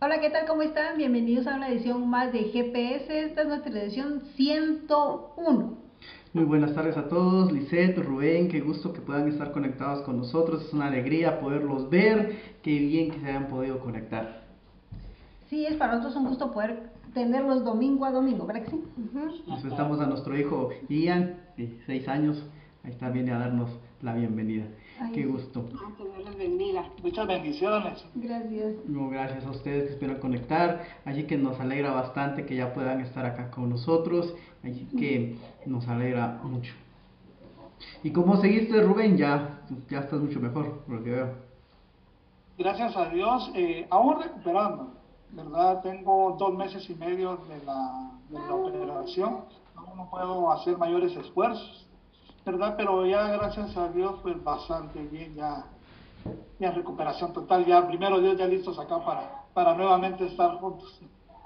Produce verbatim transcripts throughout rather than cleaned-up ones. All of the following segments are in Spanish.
Hola, ¿qué tal? ¿Cómo están? Bienvenidos a una edición más de G P S. Esta es nuestra edición ciento uno. Muy buenas tardes a todos, Lisette, Rubén, qué gusto que puedan estar conectados con nosotros, es una alegría poderlos ver, qué bien que se hayan podido conectar. Sí, es para nosotros un gusto poder tenerlos domingo a domingo, ¿verdad que sí? Uh-huh. Nos estamos a nuestro hijo Ian, de seis años, ahí está, viene a darnos la bienvenida. Ay, qué sí. gusto. Ah, que Dios les bendiga. Muchas bendiciones. Gracias. No, gracias a ustedes que esperan conectar, así que nos alegra bastante que ya puedan estar acá con nosotros, así que nos alegra mucho. ¿Y cómo seguiste, Rubén? Ya, ya estás mucho mejor, por lo que veo. Gracias a Dios, eh, aún recuperando, ¿verdad? Tengo dos meses y medio de la, de la operación, aún no puedo hacer mayores esfuerzos, ¿verdad? Pero ya gracias a Dios, pues bastante bien, ya, ya en recuperación total, ya primero Dios ya listos acá para, para nuevamente estar juntos.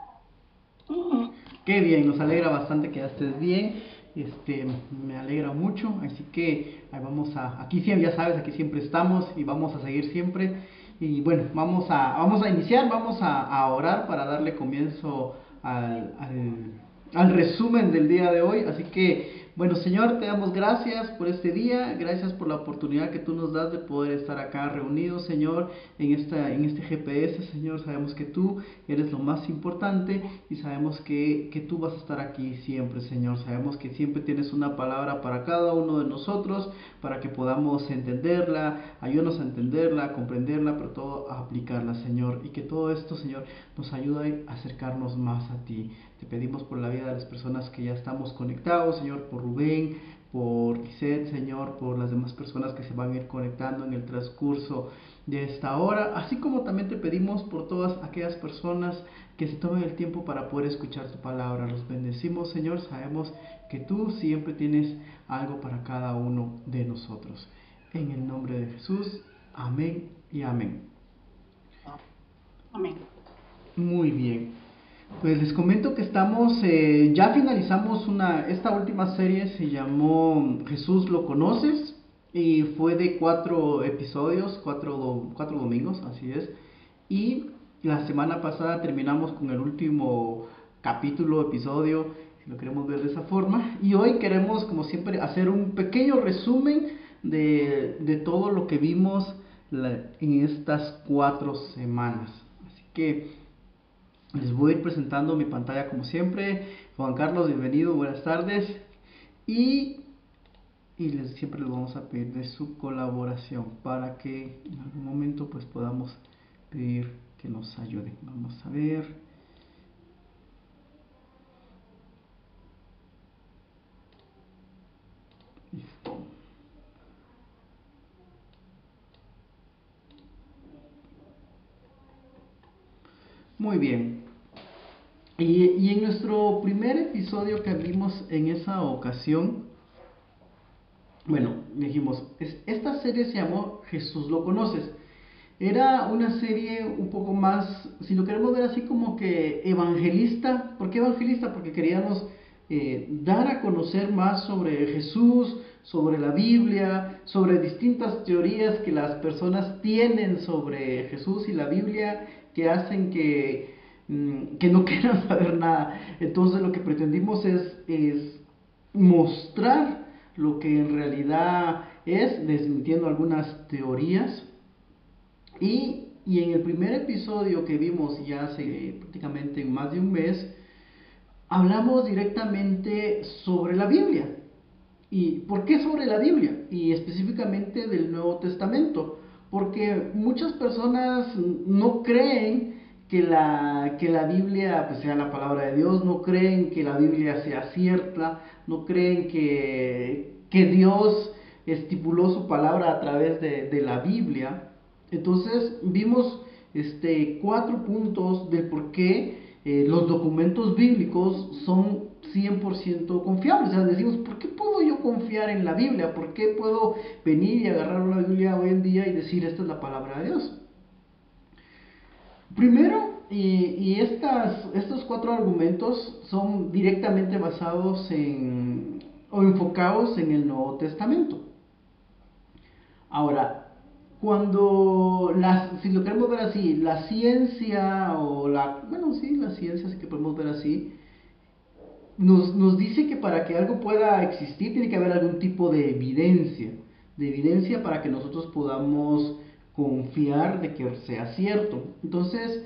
Qué bien, nos alegra bastante que ya estés bien. Este, me alegra mucho, así que ahí vamos a, aquí siempre, ya sabes, aquí siempre estamos y vamos a seguir siempre. Y bueno, vamos a, vamos a iniciar, vamos a, a orar para darle comienzo al, al, al resumen del día de hoy. Así que, bueno, Señor, te damos gracias por este día, gracias por la oportunidad que tú nos das de poder estar acá reunidos, Señor, en, esta, en este G P S, Señor. Sabemos que tú eres lo más importante y sabemos que, que tú vas a estar aquí siempre, Señor. Sabemos que siempre tienes una palabra para cada uno de nosotros, para que podamos entenderla, ayúdanos a entenderla, a comprenderla, pero todo a aplicarla, Señor. Y que todo esto, Señor, nos ayude a acercarnos más a ti. Te pedimos por la vida de las personas que ya estamos conectados, Señor, por Rubén, por Lisette, Señor, por las demás personas que se van a ir conectando en el transcurso de esta hora, así como también te pedimos por todas aquellas personas que se tomen el tiempo para poder escuchar tu palabra. Los bendecimos, Señor, sabemos que tú siempre tienes algo para cada uno de nosotros. En el nombre de Jesús, amén y amén. Amén. Muy bien. Pues les comento que estamos, eh, ya finalizamos una, esta última serie se llamó Jesús lo conoces y fue de cuatro episodios, cuatro, do, cuatro domingos, así es. Y la semana pasada terminamos con el último capítulo, episodio, si lo queremos ver de esa forma. Y hoy queremos, como siempre, hacer un pequeño resumen de, de todo lo que vimos la, en estas cuatro semanas. Así que les voy a ir presentando mi pantalla como siempre. Juan Carlos, bienvenido, buenas tardes. Y, y les, siempre les vamos a pedir de su colaboración para que en algún momento pues podamos pedir que nos ayuden. Vamos a ver. Listo. Muy bien. Y, y en nuestro primer episodio que vimos en esa ocasión, bueno, dijimos, es, esta serie se llamó Jesús lo conoces. Era una serie un poco más, si lo queremos ver así como que evangelista. ¿Por qué evangelista? Porque queríamos eh, dar a conocer más sobre Jesús, sobre la Biblia, sobre distintas teorías que las personas tienen sobre Jesús y la Biblia que hacen que, mm, que no quieran saber nada. Entonces lo que pretendimos es, es mostrar lo que en realidad es, desmintiendo algunas teorías. Y, y en el primer episodio que vimos ya hace prácticamente más de un mes, hablamos directamente sobre la Biblia. ¿Y por qué sobre la Biblia? Y específicamente del Nuevo Testamento. Porque muchas personas no creen que la, que la Biblia pues, sea la palabra de Dios, no creen que la Biblia sea cierta, no creen que, que Dios estipuló su palabra a través de, de la Biblia. Entonces vimos este, cuatro puntos del por qué eh, los documentos bíblicos son cien por ciento confiables. O sea, decimos, ¿por qué puedo yo confiar en la Biblia? ¿Por qué puedo venir y agarrar una Biblia hoy en día y decir, esta es la palabra de Dios? Primero, y, y estas, estos cuatro argumentos son directamente basados en, o enfocados en el Nuevo Testamento. Ahora, cuando, las, si lo queremos ver así, la ciencia o la, bueno, sí, la ciencia, sí que podemos ver así, nos, nos dice que para que algo pueda existir tiene que haber algún tipo de evidencia, de evidencia para que nosotros podamos confiar de que sea cierto. Entonces,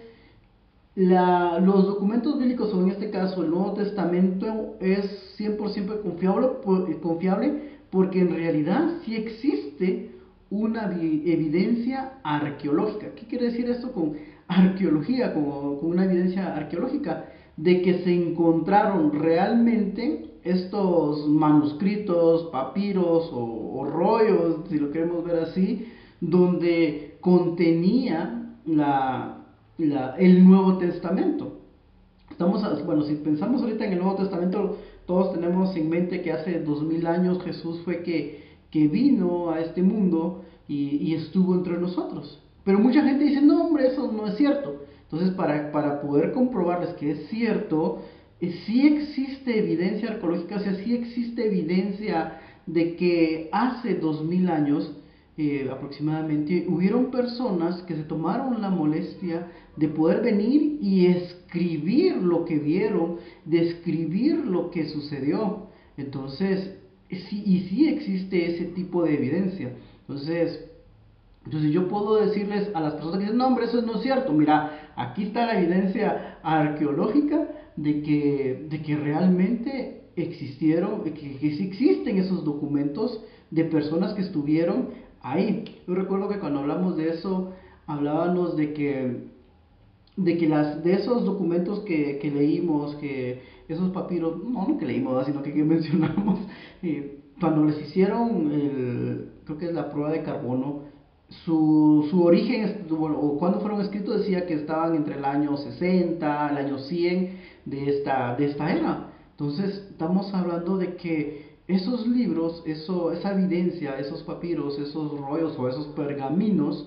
la, los documentos bíblicos, o en este caso el Nuevo Testamento, es cien por ciento confiable, por, confiable porque en realidad sí existe una evidencia arqueológica. ¿Qué quiere decir esto con arqueología, con, con una evidencia arqueológica? De que se encontraron realmente estos manuscritos, papiros o, o rollos, si lo queremos ver así, donde contenía la, la, el Nuevo Testamento. Estamos, bueno, si pensamos ahorita en el Nuevo Testamento, todos tenemos en mente que hace dos mil años Jesús fue que, que vino a este mundo y, y estuvo entre nosotros. Pero mucha gente dice, no hombre, eso no es cierto. Entonces, para, para poder comprobarles que es cierto, eh, sí existe evidencia arqueológica, o sea, sí existe evidencia de que hace dos mil años eh, aproximadamente hubieron personas que se tomaron la molestia de poder venir y escribir lo que vieron, de escribir lo que sucedió. Entonces, sí, y sí existe ese tipo de evidencia. Entonces, Entonces yo puedo decirles a las personas que dicen, no hombre, eso no es cierto, mira, aquí está la evidencia arqueológica de que, de que realmente existieron, que, que sí existen esos documentos de personas que estuvieron ahí. Yo recuerdo que cuando hablamos de eso, hablábamos de que, de que las, de esos documentos que, que leímos, que esos papiros, no, no que leímos, sino que, que mencionamos, eh, cuando les hicieron, el, creo que es la prueba de carbono, Su, su origen, bueno, o cuando fueron escritos, decía que estaban entre el año sesenta, el año cien de esta, de esta era. Entonces, estamos hablando de que esos libros, eso, esa evidencia, esos papiros, esos rollos o esos pergaminos,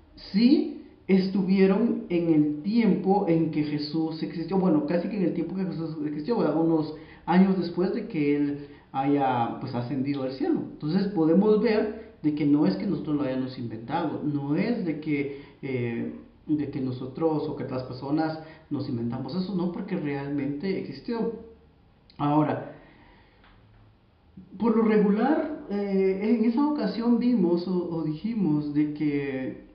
sí estuvieron en el tiempo en que Jesús existió. Bueno, casi que en el tiempo que Jesús existió, ¿verdad? Unos años después de que Él haya pues ascendido al cielo. Entonces, podemos ver de que no es que nosotros lo hayamos inventado, no es de que, eh, de que nosotros o que otras personas nos inventamos eso, no, porque realmente existió. Ahora, por lo regular, eh, en esa ocasión vimos o, o dijimos de que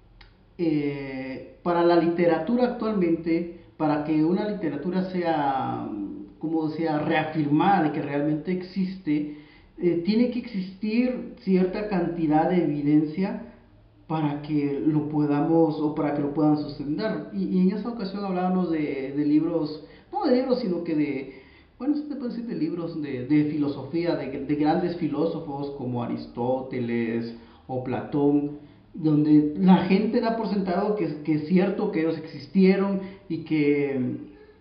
eh, para la literatura actualmente, para que una literatura sea, como sea, reafirmada de que realmente existe, Eh, tiene que existir cierta cantidad de evidencia para que lo podamos o para que lo puedan sustentar. Y, y en esa ocasión hablábamos de, de libros, no de libros, sino que de, bueno, se puede decir de libros de, de filosofía, de, de grandes filósofos como Aristóteles o Platón, donde la gente da por sentado que, que es cierto que ellos existieron y que,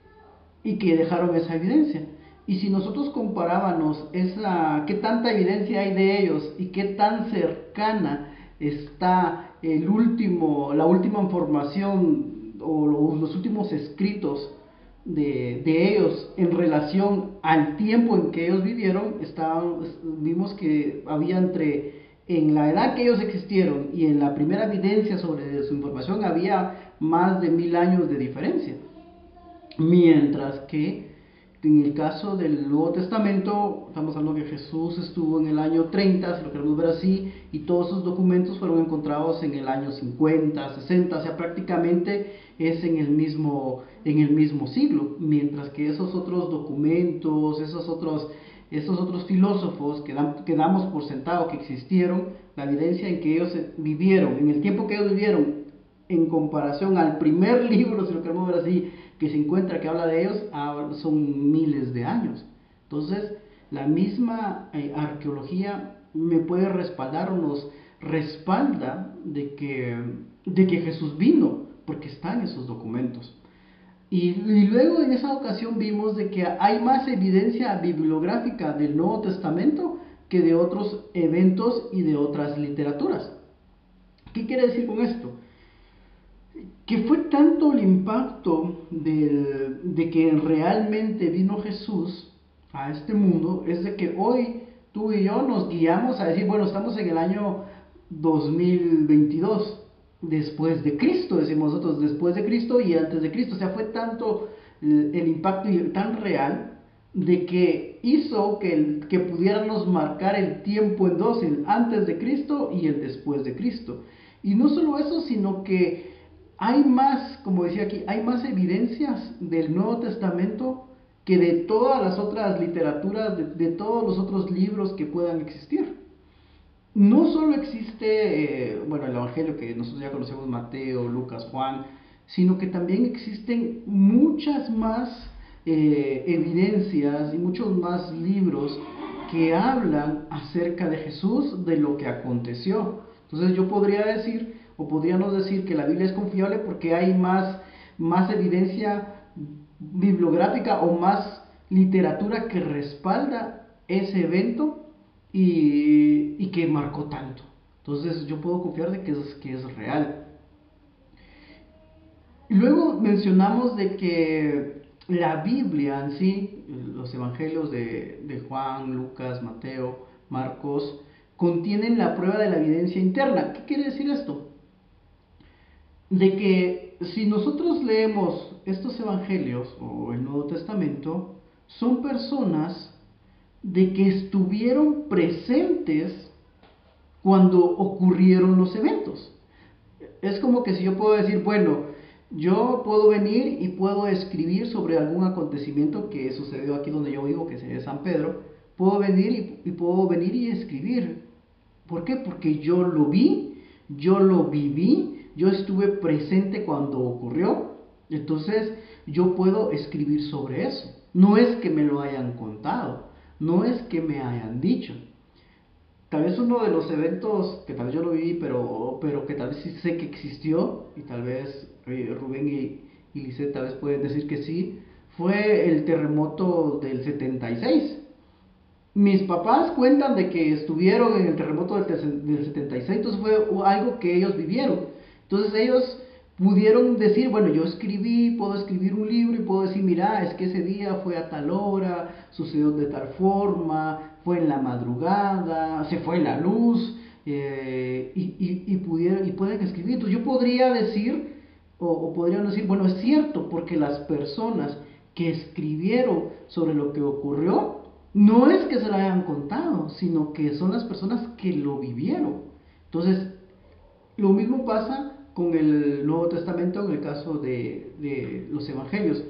y que dejaron esa evidencia. Y si nosotros comparábamos esa, qué tanta evidencia hay de ellos y qué tan cercana está el último, la última información o los, los últimos escritos de, de ellos en relación al tiempo en que ellos vivieron, estábamos, vimos que había entre, en la edad que ellos existieron y en la primera evidencia sobre su información, había más de mil años de diferencia. Mientras que en el caso del Nuevo Testamento, estamos hablando que Jesús estuvo en el año treinta, si lo queremos ver así, y todos esos documentos fueron encontrados en el año cincuenta, sesenta, o sea, prácticamente es en el mismo, en el mismo siglo, mientras que esos otros documentos, esos otros, esos otros filósofos que, dan, que damos por sentado que existieron, la evidencia en que ellos vivieron, en el tiempo que ellos vivieron, en comparación al primer libro, si lo queremos ver así, que se encuentra, que habla de ellos, son miles de años. Entonces, la misma eh, arqueología me puede respaldar o nos respalda de que, de que Jesús vino, porque están esos documentos. Y, y luego en esa ocasión vimos de que hay más evidencia bibliográfica del Nuevo Testamento que de otros eventos y de otras literaturas. ¿Qué quiere decir con esto? Que fue tanto el impacto de, de que realmente vino Jesús a este mundo, es de que hoy tú y yo nos guiamos a decir, bueno, estamos en el año dos mil veintidós, después de Cristo, decimos nosotros, después de Cristo y antes de Cristo. O sea, fue tanto el, el impacto y tan real de que hizo que, el, que pudiéramos marcar el tiempo en dos, el antes de Cristo y el después de Cristo. Y no solo eso, sino que hay más, como decía aquí, hay más evidencias del Nuevo Testamento que de todas las otras literaturas, de, de todos los otros libros que puedan existir. No solo existe, eh, bueno, el Evangelio que nosotros ya conocemos, Mateo, Lucas, Juan, sino que también existen muchas más eh, evidencias y muchos más libros que hablan acerca de Jesús, de lo que aconteció. Entonces yo podría decir, o podríamos decir que la Biblia es confiable porque hay más, más evidencia bibliográfica o más literatura que respalda ese evento y, y que marcó tanto. Entonces yo puedo confiar de que es, que es real. Luego mencionamos de que la Biblia en sí, los evangelios de, de Juan, Lucas, Mateo, Marcos, contienen la prueba de la evidencia interna. ¿Qué quiere decir esto? De que si nosotros leemos estos evangelios o el Nuevo Testamento, son personas de que estuvieron presentes cuando ocurrieron los eventos. Es como que si yo puedo decir, bueno, yo puedo venir y puedo escribir sobre algún acontecimiento que sucedió aquí donde yo vivo, que es San Pedro. Puedo venir y, y puedo venir y escribir. ¿Por qué? Porque yo lo vi, yo lo viví, yo estuve presente cuando ocurrió. Entonces yo puedo escribir sobre eso. No es que me lo hayan contado, no es que me hayan dicho. Tal vez uno de los eventos que tal vez yo no viví, pero, pero que tal vez sí sé que existió, y tal vez eh, Rubén y, y Lisette tal vez pueden decir que sí, fue el terremoto del setenta y seis. Mis papás cuentan de que estuvieron en el terremoto del, del setenta y seis, entonces fue algo que ellos vivieron. Entonces ellos pudieron decir, bueno, yo escribí, puedo escribir un libro y puedo decir, mira, es que ese día fue a tal hora, sucedió de tal forma, fue en la madrugada, se fue la luz, eh, y, y, y, pudieron, y pueden escribir. Entonces yo podría decir, o, o podrían decir, bueno, es cierto, porque las personas que escribieron sobre lo que ocurrió, no es que se lo hayan contado, sino que son las personas que lo vivieron. Entonces, lo mismo pasa con el Nuevo Testamento en el caso de, de los evangelios.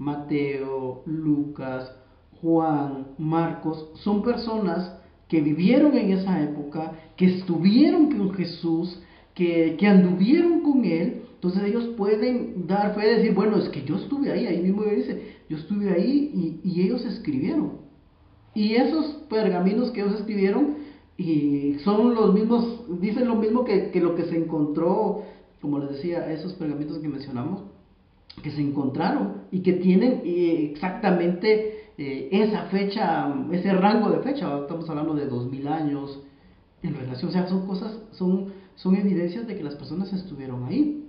Mateo, Lucas, Juan, Marcos, son personas que vivieron en esa época, que estuvieron con Jesús, que, que anduvieron con Él. Entonces ellos pueden dar fe y decir, bueno, es que yo estuve ahí, ahí mismo dice, yo estuve ahí y, y ellos escribieron. Y esos pergaminos que ellos escribieron y son los mismos, dicen lo mismo que, que lo que se encontró, como les decía, esos pergaminos que mencionamos, que se encontraron y que tienen eh, exactamente eh, esa fecha, ese rango de fecha. Estamos hablando de dos mil años en relación, o sea, son cosas, son, son evidencias de que las personas estuvieron ahí.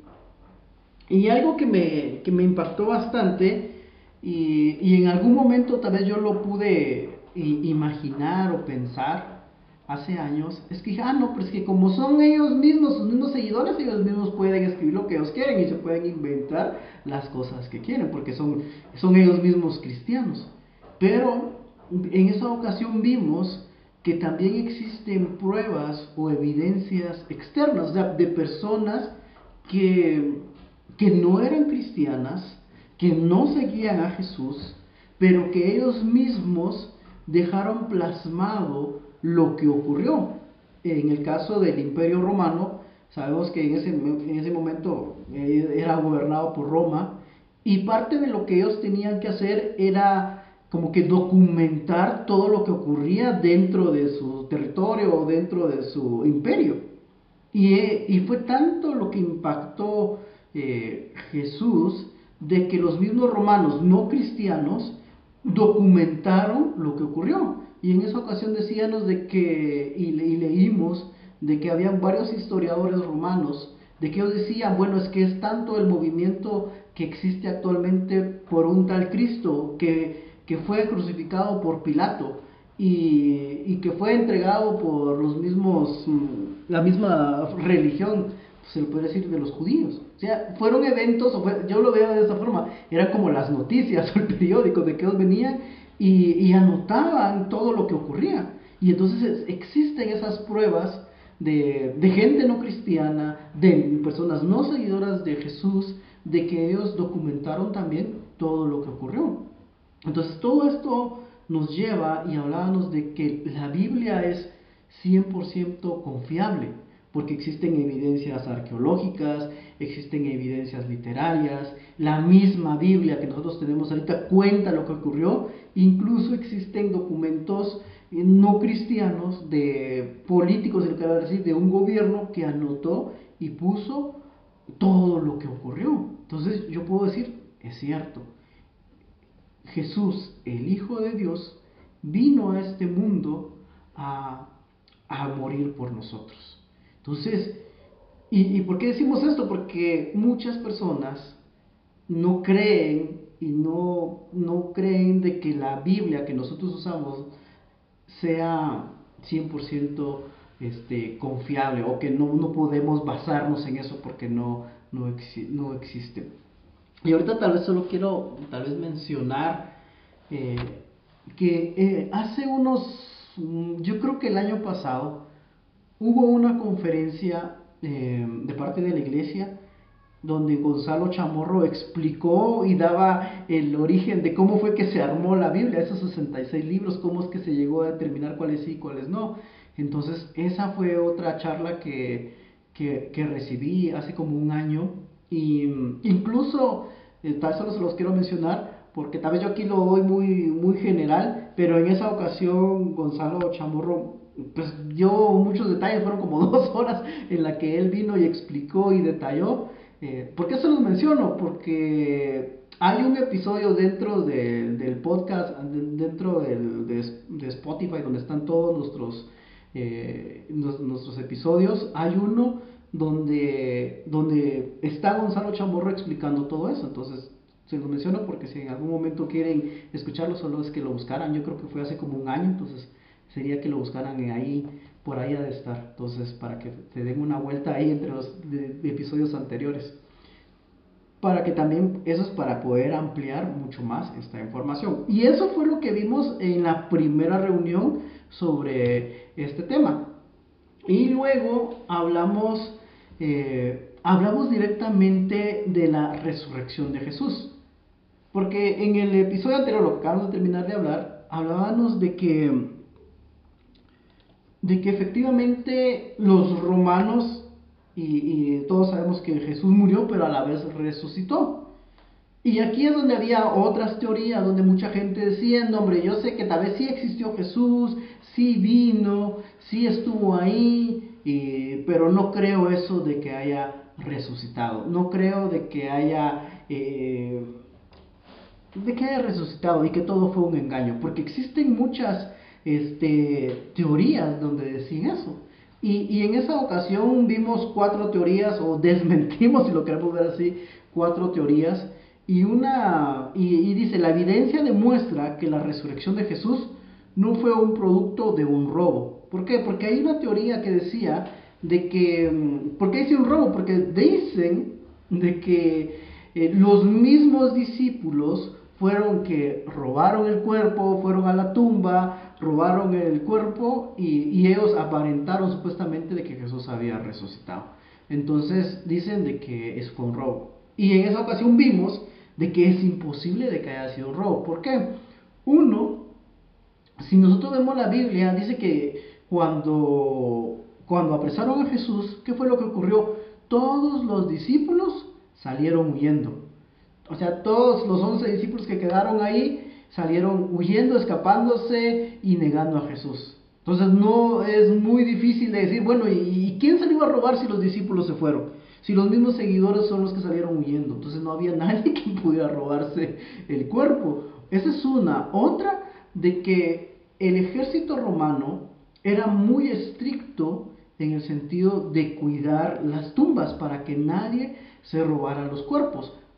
Y algo que me, que me impactó bastante, y, y en algún momento tal vez yo lo pude imaginar o pensar hace años, es que, ah, no, pero es que como son ellos mismos, sus mismos seguidores, ellos mismos pueden escribir lo que ellos quieren y se pueden inventar las cosas que quieren, porque son, son ellos mismos cristianos. Pero en esa ocasión vimos que también existen pruebas o evidencias externas, o sea, de personas que, que no eran cristianas, que no seguían a Jesús, pero que ellos mismos dejaron plasmado lo que ocurrió. En el caso del Imperio Romano, sabemos que en ese, en ese momento eh, era gobernado por Roma, y parte de lo que ellos tenían que hacer era como que documentar todo lo que ocurría dentro de su territorio o dentro de su imperio. Y, eh, y fue tanto lo que impactó eh, Jesús, de que los mismos romanos no cristianos documentaron lo que ocurrió. Y en esa ocasión decíamos de que, y, le, y leímos, de que había varios historiadores romanos, de que ellos decían, bueno, es que es tanto el movimiento que existe actualmente por un tal Cristo, que, que fue crucificado por Pilato, y, y que fue entregado por los mismos, la misma religión, se le puede decir, de los judíos. O sea, fueron eventos, o fue, yo lo veo de esa forma, eran como las noticias o el periódico de que ellos venían y, y anotaban todo lo que ocurría. Y entonces existen esas pruebas de, de gente no cristiana, de personas no seguidoras de Jesús, de que ellos documentaron también todo lo que ocurrió. Entonces todo esto nos lleva y hablábamos de que la Biblia es cien por ciento confiable, porque existen evidencias arqueológicas, existen evidencias literarias, la misma Biblia que nosotros tenemos ahorita cuenta lo que ocurrió, incluso existen documentos no cristianos de políticos, decir, de un gobierno que anotó y puso todo lo que ocurrió. Entonces yo puedo decir, es cierto, Jesús, el Hijo de Dios, vino a este mundo a, a morir por nosotros. Entonces, ¿y, ¿y por qué decimos esto? Porque muchas personas no creen y no, no creen de que la Biblia que nosotros usamos sea cien por ciento este, confiable, o que no, no podemos basarnos en eso porque no, no, exi no existe. Y ahorita tal vez solo quiero tal vez mencionar eh, que eh, hace unos, yo creo que el año pasado, hubo una conferencia eh, de parte de la iglesia donde Gonzalo Chamorro explicó y daba el origen de cómo fue que se armó la Biblia, esos sesenta y seis libros, cómo es que se llegó a determinar cuáles sí y cuáles no. Entonces esa fue otra charla que, que, que recibí hace como un año, y incluso, eh, tal vez solo se los quiero mencionar, porque tal vez yo aquí lo doy muy, muy general, pero en esa ocasión Gonzalo Chamorro pues dio muchos detalles, fueron como dos horas en la que él vino y explicó y detalló. Eh, ¿Por qué se los menciono? Porque hay un episodio dentro de, del podcast, dentro del, de, de Spotify, donde están todos nuestros, eh, nos, nuestros episodios. Hay uno donde, donde está Gonzalo Chamorro explicando todo eso. Entonces se los menciono porque si en algún momento quieren escucharlo, solo es que lo buscaran. Yo creo que fue hace como un año, entonces sería que lo buscaran ahí, por ahí ha de estar. Entonces, para que te den una vuelta ahí entre los de, de episodios anteriores, para que también, eso es para poder ampliar mucho más esta información. Y eso fue lo que vimos en la primera reunión sobre este tema. Y luego hablamos, eh, hablamos directamente de la resurrección de Jesús. Porque en el episodio anterior, lo que acabamos de terminar de hablar, hablábamos de que de que efectivamente los romanos, y, y todos sabemos que Jesús murió, pero a la vez resucitó. Y aquí es donde había otras teorías, donde mucha gente decía, no, hombre, yo sé que tal vez sí existió Jesús, sí vino, sí estuvo ahí, y, pero no creo eso de que haya resucitado, no creo de que haya... Eh, de que haya resucitado y que todo fue un engaño, porque existen muchas este, teorías donde decían eso. Y, y en esa ocasión vimos cuatro teorías, o desmentimos, si lo queremos ver así, cuatro teorías. Y, una, y, y dice, la evidencia demuestra que la resurrección de Jesús no fue un producto de un robo. ¿Por qué? Porque hay una teoría que decía de que... ¿Por qué dice un robo? Porque dicen de que eh, los mismos discípulos fueron que robaron el cuerpo, fueron a la tumba, robaron el cuerpo y, y ellos aparentaron supuestamente de que Jesús había resucitado. Entonces dicen de que eso fue un robo. Y en esa ocasión vimos de que es imposible de que haya sido un robo. ¿Por qué? Uno, si nosotros vemos la Biblia, dice que cuando, cuando apresaron a Jesús, ¿qué fue lo que ocurrió? Todos los discípulos salieron huyendo. O sea, todos los once discípulos que quedaron ahí salieron huyendo, escapándose y negando a Jesús. Entonces no es muy difícil de decir, bueno, ¿y, y quién salió a robar si los discípulos se fueron? Si los mismos seguidores son los que salieron huyendo. Entonces no había nadie que pudiera robarse el cuerpo. Esa es una. Otra, de que el ejército romano era muy estricto en el sentido de cuidar las tumbas para que nadie se robara los cuerpos.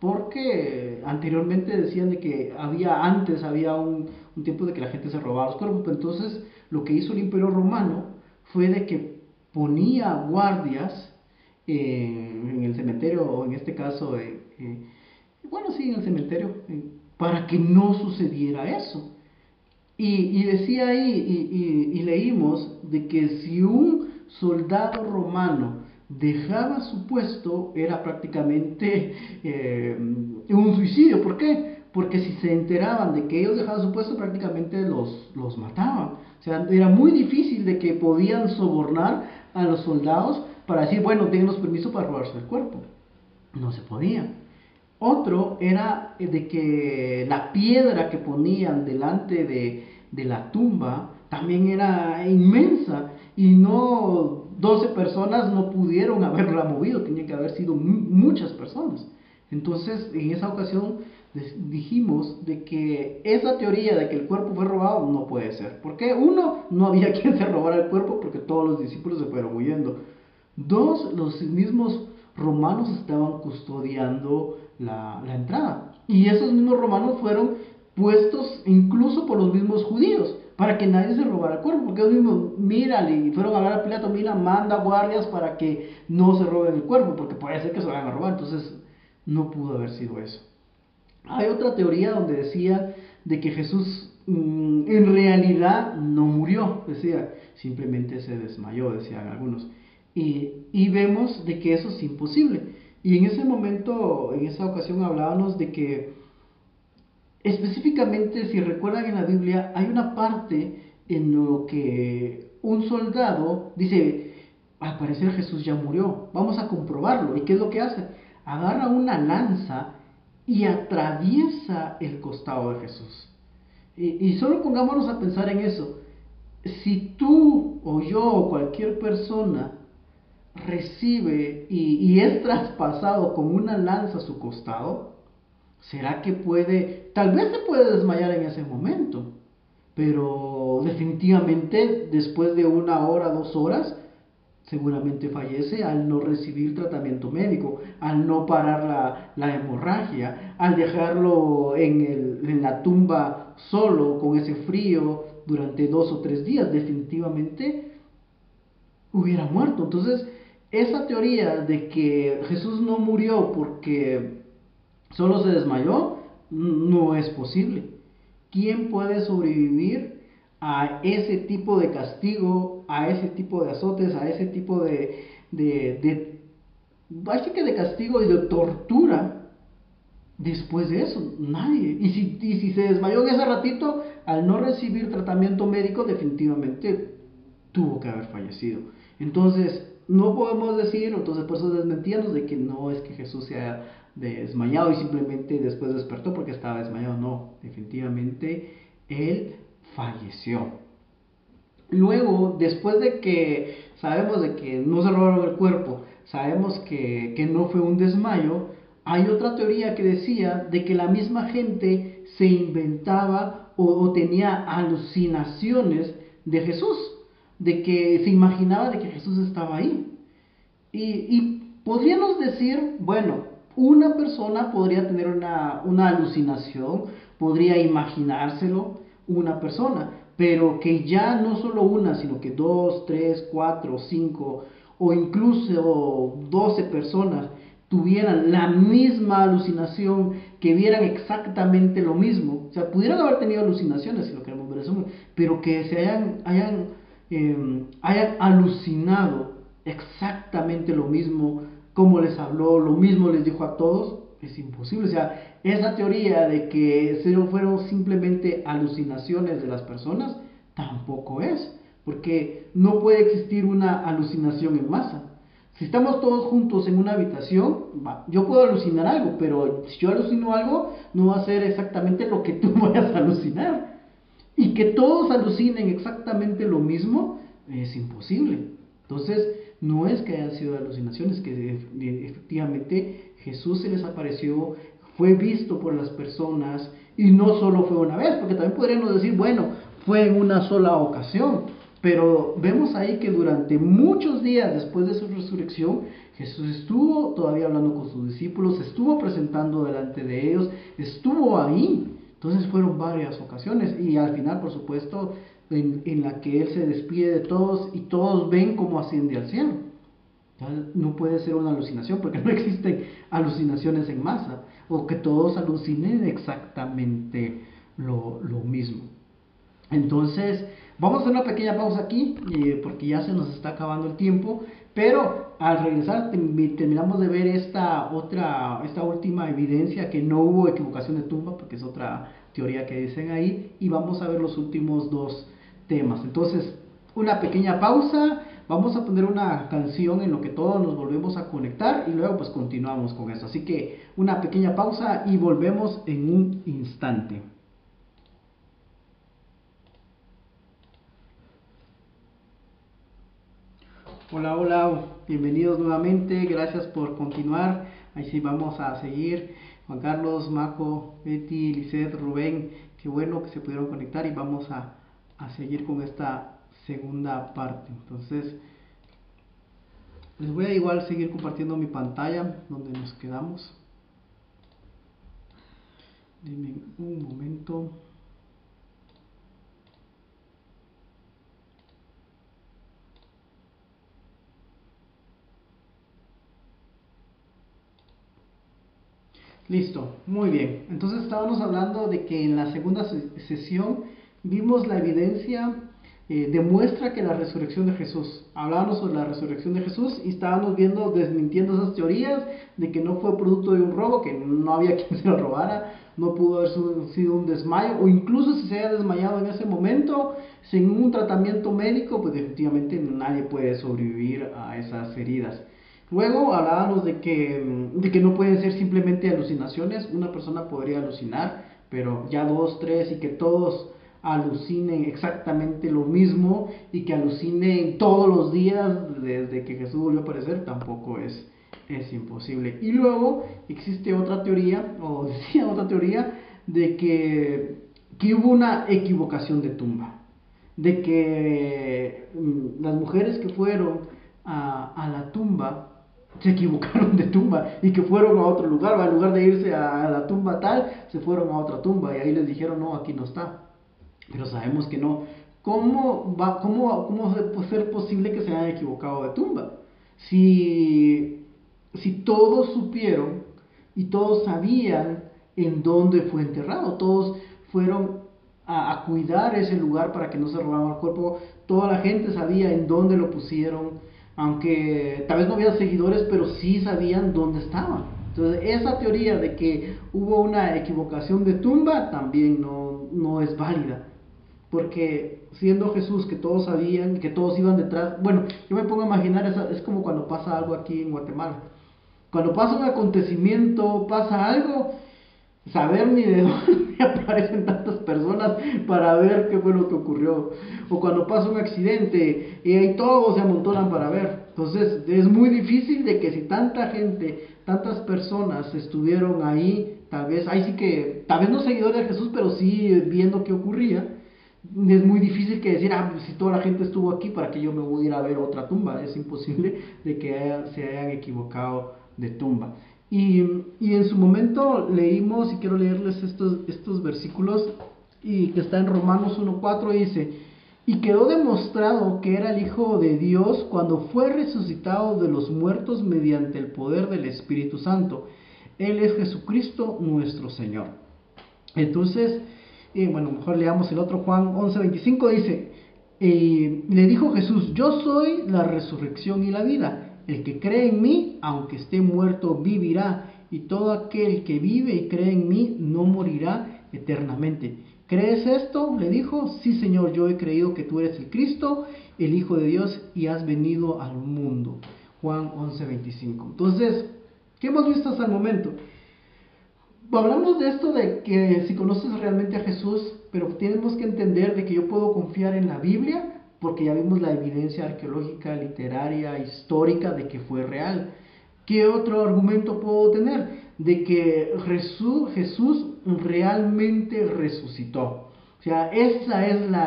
porque anteriormente decían de que había, antes había un, un tiempo de que la gente se robaba los cuerpos. Entonces lo que hizo el Imperio Romano fue de que ponía guardias eh, en el cementerio, o en este caso, eh, eh, bueno, sí, en el cementerio, eh, para que no sucediera eso. Y, y decía ahí, y, y, y leímos, de que si un soldado romano dejaba su puesto, era prácticamente eh, un suicidio. ¿Por qué? Porque si se enteraban de que ellos dejaban su puesto, prácticamente los, los mataban. O sea, era muy difícil de que podían sobornar a los soldados para decir, bueno, tengan permiso para robarse el cuerpo. No se podía. Otro era de que la piedra que ponían delante de, de la tumba también era inmensa, y no doce personas no pudieron haberla movido, tenían que haber sido muchas personas. Entonces, en esa ocasión dijimos de que esa teoría de que el cuerpo fue robado no puede ser. Porque uno, no había quien se robara el cuerpo porque todos los discípulos se fueron huyendo. Dos, los mismos romanos estaban custodiando la, la entrada. Y esos mismos romanos fueron puestos incluso por los mismos judíos, para que nadie se robara el cuerpo, porque ellos mismos, mira, y fueron a hablar a Pilato, mira, manda guardias para que no se roben el cuerpo, porque puede ser que se vayan a robar. Entonces no pudo haber sido eso. Hay otra teoría donde decía de que Jesús mmm, en realidad no murió, decía, simplemente se desmayó, decían algunos. Y, y vemos de que eso es imposible. Y en ese momento, en esa ocasión hablábamos de que específicamente, si recuerdan en la Biblia, hay una parte en lo que un soldado dice, al parecer Jesús ya murió, vamos a comprobarlo. ¿Y qué es lo que hace? Agarra una lanza y atraviesa el costado de Jesús. Y, y solo pongámonos a pensar en eso. Si tú o yo o cualquier persona recibe y, y es traspasado con una lanza a su costado, ¿será que puede? Tal vez se puede desmayar en ese momento, pero definitivamente después de una hora, dos horas, seguramente fallece al no recibir tratamiento médico, al no parar la, la hemorragia, al dejarlo en, el, en la tumba solo, con ese frío, durante dos o tres días, definitivamente hubiera muerto. Entonces, esa teoría de que Jesús no murió porque solo se desmayó, no es posible. ¿Quién puede sobrevivir a ese tipo de castigo, a ese tipo de azotes, a ese tipo de, de, de, así que de castigo y de tortura después de eso? Nadie. Y si, y si se desmayó en ese ratito, al no recibir tratamiento médico, definitivamente tuvo que haber fallecido. Entonces, no podemos decir, entonces por eso desmentíamos de que no es que Jesús se haya desmayado y simplemente después despertó porque estaba desmayado. No, definitivamente él falleció. Luego, después de que sabemos de que no se robaron el cuerpo, sabemos que, que no fue un desmayo, hay otra teoría que decía de que la misma gente se inventaba o, o tenía alucinaciones de Jesús, de que se imaginaba de que Jesús estaba ahí. Y, y podríamos decir, bueno, una persona podría tener una, una alucinación, podría imaginárselo una persona, pero que ya no solo una, sino que dos, tres, cuatro, cinco o incluso doce personas tuvieran la misma alucinación, que vieran exactamente lo mismo. O sea, pudieran haber tenido alucinaciones, si lo queremos ver eso, pero que se hayan, hayan, eh, hayan alucinado exactamente lo mismo, como les habló, lo mismo les dijo a todos, es imposible. O sea, esa teoría de que fueron simplemente alucinaciones de las personas, tampoco es, porque no puede existir una alucinación en masa. Si estamos todos juntos en una habitación, va, yo puedo alucinar algo, pero si yo alucino algo, no va a ser exactamente lo que tú vayas a alucinar. Y que todos alucinen exactamente lo mismo, es imposible. Entonces, no es que hayan sido alucinaciones, que efectivamente Jesús se les apareció, fue visto por las personas, y no solo fue una vez, porque también podríamos decir, bueno, fue en una sola ocasión. Pero vemos ahí que durante muchos días después de su resurrección, Jesús estuvo todavía hablando con sus discípulos, estuvo presentando delante de ellos, estuvo ahí. Entonces fueron varias ocasiones y al final, por supuesto, en, en la que Él se despide de todos y todos ven cómo asciende al cielo. No puede ser una alucinación porque no existen alucinaciones en masa o que todos alucinen exactamente lo, lo mismo. Entonces, vamos a hacer una pequeña pausa aquí eh, porque ya se nos está acabando el tiempo, pero al regresar terminamos de ver esta otra, esta última evidencia que no hubo equivocación de tumba, porque es otra teoría que dicen ahí, y vamos a ver los últimos dos temas. Entonces, una pequeña pausa, vamos a poner una canción en lo que todos nos volvemos a conectar y luego pues continuamos con eso. Así que una pequeña pausa y volvemos en un instante. Hola, hola, bienvenidos nuevamente, gracias por continuar. Ahí sí vamos a seguir. Juan Carlos, Majo, Betty, Lisette, Rubén, qué bueno que se pudieron conectar y vamos a, a seguir con esta segunda parte. Entonces, les voy a igual seguir compartiendo mi pantalla donde nos quedamos. Denme un momento. Listo, muy bien. Entonces estábamos hablando de que en la segunda sesión vimos la evidencia, eh, demuestra que la resurrección de Jesús. Hablábamos sobre la resurrección de Jesús y estábamos viendo, desmintiendo esas teorías de que no fue producto de un robo, que no había quien se lo robara, no pudo haber sido un desmayo, o incluso si se haya desmayado en ese momento, sin un tratamiento médico, pues definitivamente nadie puede sobrevivir a esas heridas. Luego hablábamos de que, de que no pueden ser simplemente alucinaciones. Una persona podría alucinar, pero ya dos, tres y que todos alucinen exactamente lo mismo y que alucinen todos los días desde que Jesús volvió a aparecer, tampoco es, es imposible. Y luego existe otra teoría, o decía otra teoría, de que, que hubo una equivocación de tumba. De que mm, las mujeres que fueron a, a la tumba se equivocaron de tumba y que fueron a otro lugar, en lugar de irse a la tumba tal, se fueron a otra tumba y ahí les dijeron no, aquí no está. Pero sabemos que no. ¿Cómo va, cómo, cómo puede ser posible que se hayan equivocado de tumba? Si, si todos supieron y todos sabían en dónde fue enterrado, todos fueron a, a cuidar ese lugar para que no se robaran el cuerpo, toda la gente sabía en dónde lo pusieron, aunque tal vez no había seguidores, pero sí sabían dónde estaba. Entonces esa teoría de que hubo una equivocación de tumba también no, no es válida, porque siendo Jesús que todos sabían, que todos iban detrás, bueno, yo me pongo a imaginar, esa, es como cuando pasa algo aquí en Guatemala, cuando pasa un acontecimiento, pasa algo, saber ni de dónde aparecen tantas personas para ver qué fue lo que ocurrió, o cuando pasa un accidente y ahí todos se amontonan para ver. Entonces es muy difícil de que si tanta gente, tantas personas estuvieron ahí, tal vez, ahí sí que, tal vez no seguidores de Jesús, pero sí viendo qué ocurría, es muy difícil que decir, ah, pues si toda la gente estuvo aquí, ¿para que yo me voy a ir a ver otra tumba? Es imposible de que haya, se hayan equivocado de tumba. Y, y en su momento leímos, y quiero leerles estos, estos versículos, y que está en Romanos uno cuatro, dice: y quedó demostrado que era el Hijo de Dios cuando fue resucitado de los muertos mediante el poder del Espíritu Santo. Él es Jesucristo nuestro Señor. Entonces, eh, bueno, mejor leamos el otro, Juan once veinticinco, dice, eh, le dijo Jesús: yo soy la resurrección y la vida. El que cree en mí, aunque esté muerto, vivirá, y todo aquel que vive y cree en mí no morirá eternamente. ¿Crees esto?, le dijo. Sí, Señor, yo he creído que tú eres el Cristo, el Hijo de Dios, y has venido al mundo. Juan once veinticinco. Entonces, ¿qué hemos visto hasta el momento? Hablamos de esto de que si conoces realmente a Jesús, pero tenemos que entender de que yo puedo confiar en la Biblia, porque ya vimos la evidencia arqueológica, literaria, histórica de que fue real. ¿Qué otro argumento puedo tener? De que Jesús, Jesús realmente resucitó. O sea, esa es la,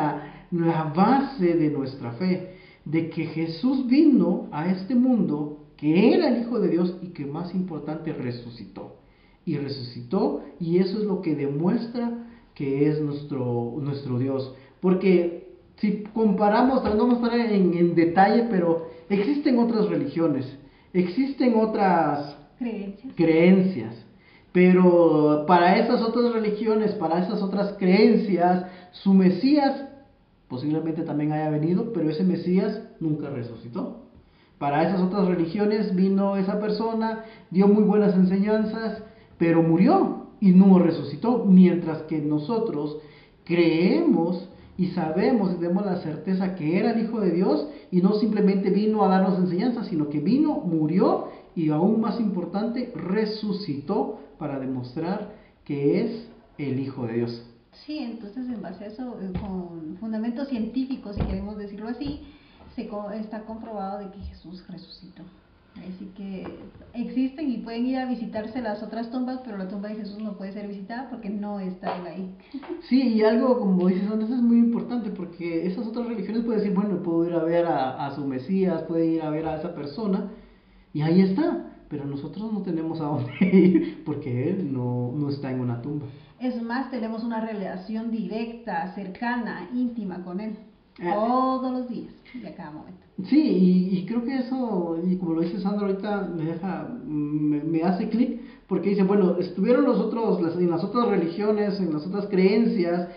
la base de nuestra fe, de que Jesús vino a este mundo, que era el Hijo de Dios y que más importante resucitó. Y resucitó, y eso es lo que demuestra que es nuestro, nuestro Dios. Porque si comparamos, no vamos a estar en, en detalle, pero existen otras religiones, existen otras creencias. creencias, pero para esas otras religiones, para esas otras creencias, su Mesías posiblemente también haya venido, pero ese Mesías nunca resucitó. Para esas otras religiones vino esa persona, dio muy buenas enseñanzas, pero murió y no resucitó, mientras que nosotros creemos y sabemos y tenemos la certeza que era el Hijo de Dios y no simplemente vino a darnos enseñanzas, sino que vino, murió y aún más importante, resucitó para demostrar que es el Hijo de Dios. Sí, entonces en base a eso, con fundamentos científicos, si queremos decirlo así, se co- está comprobado de que Jesús resucitó. Así que existen y pueden ir a visitarse las otras tumbas, pero la tumba de Jesús no puede ser visitada porque no está él ahí. Sí, y algo como dices antes es muy importante porque esas otras religiones pueden decir, bueno, puedo ir a ver a, a su Mesías, puede ir a ver a esa persona y ahí está, pero nosotros no tenemos a dónde ir porque él no, no está en una tumba. Es más, tenemos una relación directa, cercana, íntima con él, Eh. todos los días y a cada momento. Sí, y, y creo que eso, y como lo dice Sandra ahorita, me deja, me, me hace clic, porque dice, bueno, estuvieron los otros, las, en las otras religiones, en las otras creencias,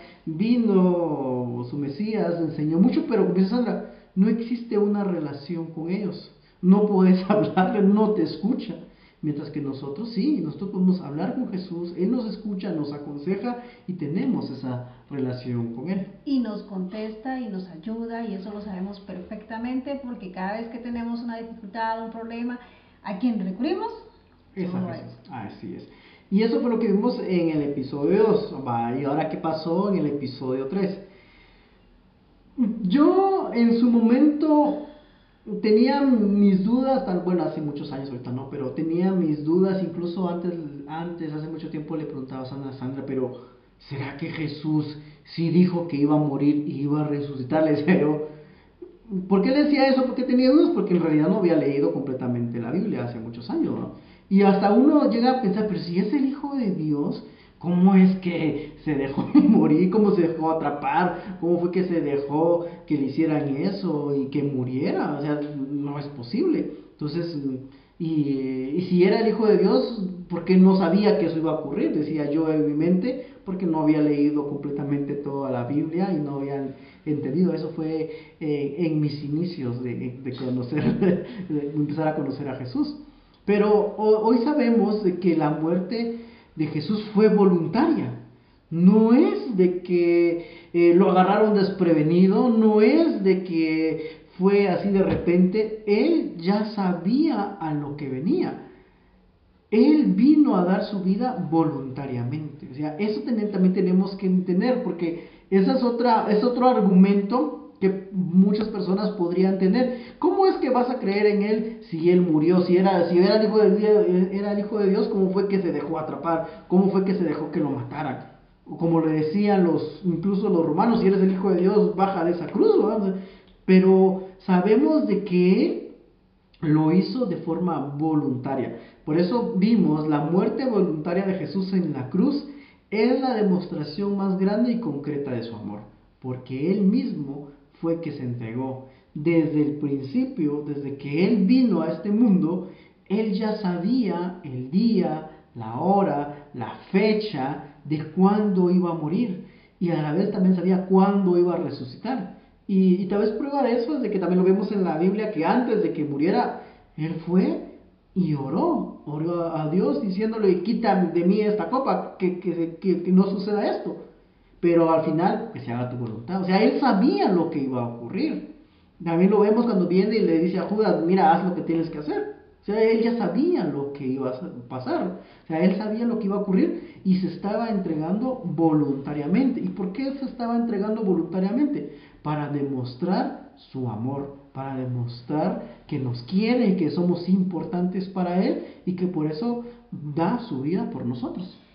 vino su Mesías, enseñó mucho, pero como dice Sandra, no existe una relación con ellos, no puedes hablarle, no te escucha. Mientras que nosotros sí, nosotros podemos hablar con Jesús, Él nos escucha, nos aconseja y tenemos esa relación con Él. Y nos contesta y nos ayuda, y eso lo sabemos perfectamente porque cada vez que tenemos una dificultad, un problema, ¿a quién recurrimos? Es Solo a a Jesús. Él. Así es. Y eso fue lo que vimos en el episodio dos. Va, y ahora, ¿qué pasó en el episodio tres? Yo en su momento tenía mis dudas, tal, bueno, hace muchos años ahorita no, pero tenía mis dudas, incluso antes, antes hace mucho tiempo le preguntaba a Sandra, Sandra, pero ¿será que Jesús sí dijo que iba a morir y iba a resucitar? Le decía yo, ¿por qué le decía eso? ¿Por qué tenía dudas? Porque en realidad no había leído completamente la Biblia hace muchos años, ¿no? Y hasta uno llega a pensar, pero si es el Hijo de Dios, ¿cómo es que se dejó morir? ¿Cómo se dejó atrapar? ¿Cómo fue que se dejó que le hicieran eso y que muriera? O sea, no es posible. Entonces, y, y si era el Hijo de Dios, ¿por qué no sabía que eso iba a ocurrir? Decía yo en mi mente, porque no había leído completamente toda la Biblia y no había entendido. Eso fue eh, en mis inicios de, de conocer, de empezar a conocer a Jesús. Pero hoy sabemos de que la muerte de Jesús fue voluntaria. No es de que eh, lo agarraron desprevenido, no es de que fue así de repente. Él ya sabía a lo que venía. Él vino a dar su vida voluntariamente. O sea, eso también tenemos que entender, porque ese es, otra, es otro argumento que muchas personas podrían tener. ¿Cómo es que vas a creer en Él si Él murió? Si era, si era, el hijo de Dios, era el Hijo de Dios, ¿cómo fue que se dejó atrapar? ¿Cómo fue que se dejó que lo mataran? O como le decían los, incluso los romanos, si eres el Hijo de Dios, baja de esa cruz, ¿verdad? Pero sabemos de que Él lo hizo de forma voluntaria. Por eso vimos la muerte voluntaria de Jesús en la cruz es la demostración más grande y concreta de su amor, porque Él mismo fue que se entregó. Desde el principio, desde que Él vino a este mundo, Él ya sabía el día, la hora, la fecha de cuándo iba a morir, y a la vez también sabía cuándo iba a resucitar. Y, y tal vez prueba de eso es de que también lo vemos en la Biblia, que antes de que muriera, Él fue y oró, oró a Dios diciéndole, quita de mí esta copa, que, que, que, que no suceda esto. Pero al final, que se haga tu voluntad. O sea, Él sabía lo que iba a ocurrir. También lo vemos cuando viene y le dice a Judas, mira, haz lo que tienes que hacer. O sea, Él ya sabía lo que iba a pasar. O sea, Él sabía lo que iba a ocurrir y se estaba entregando voluntariamente. ¿Y por qué se estaba entregando voluntariamente? Para demostrar su amor, para demostrar que nos quiere, que somos importantes para Él y que por eso da su vida por nosotros.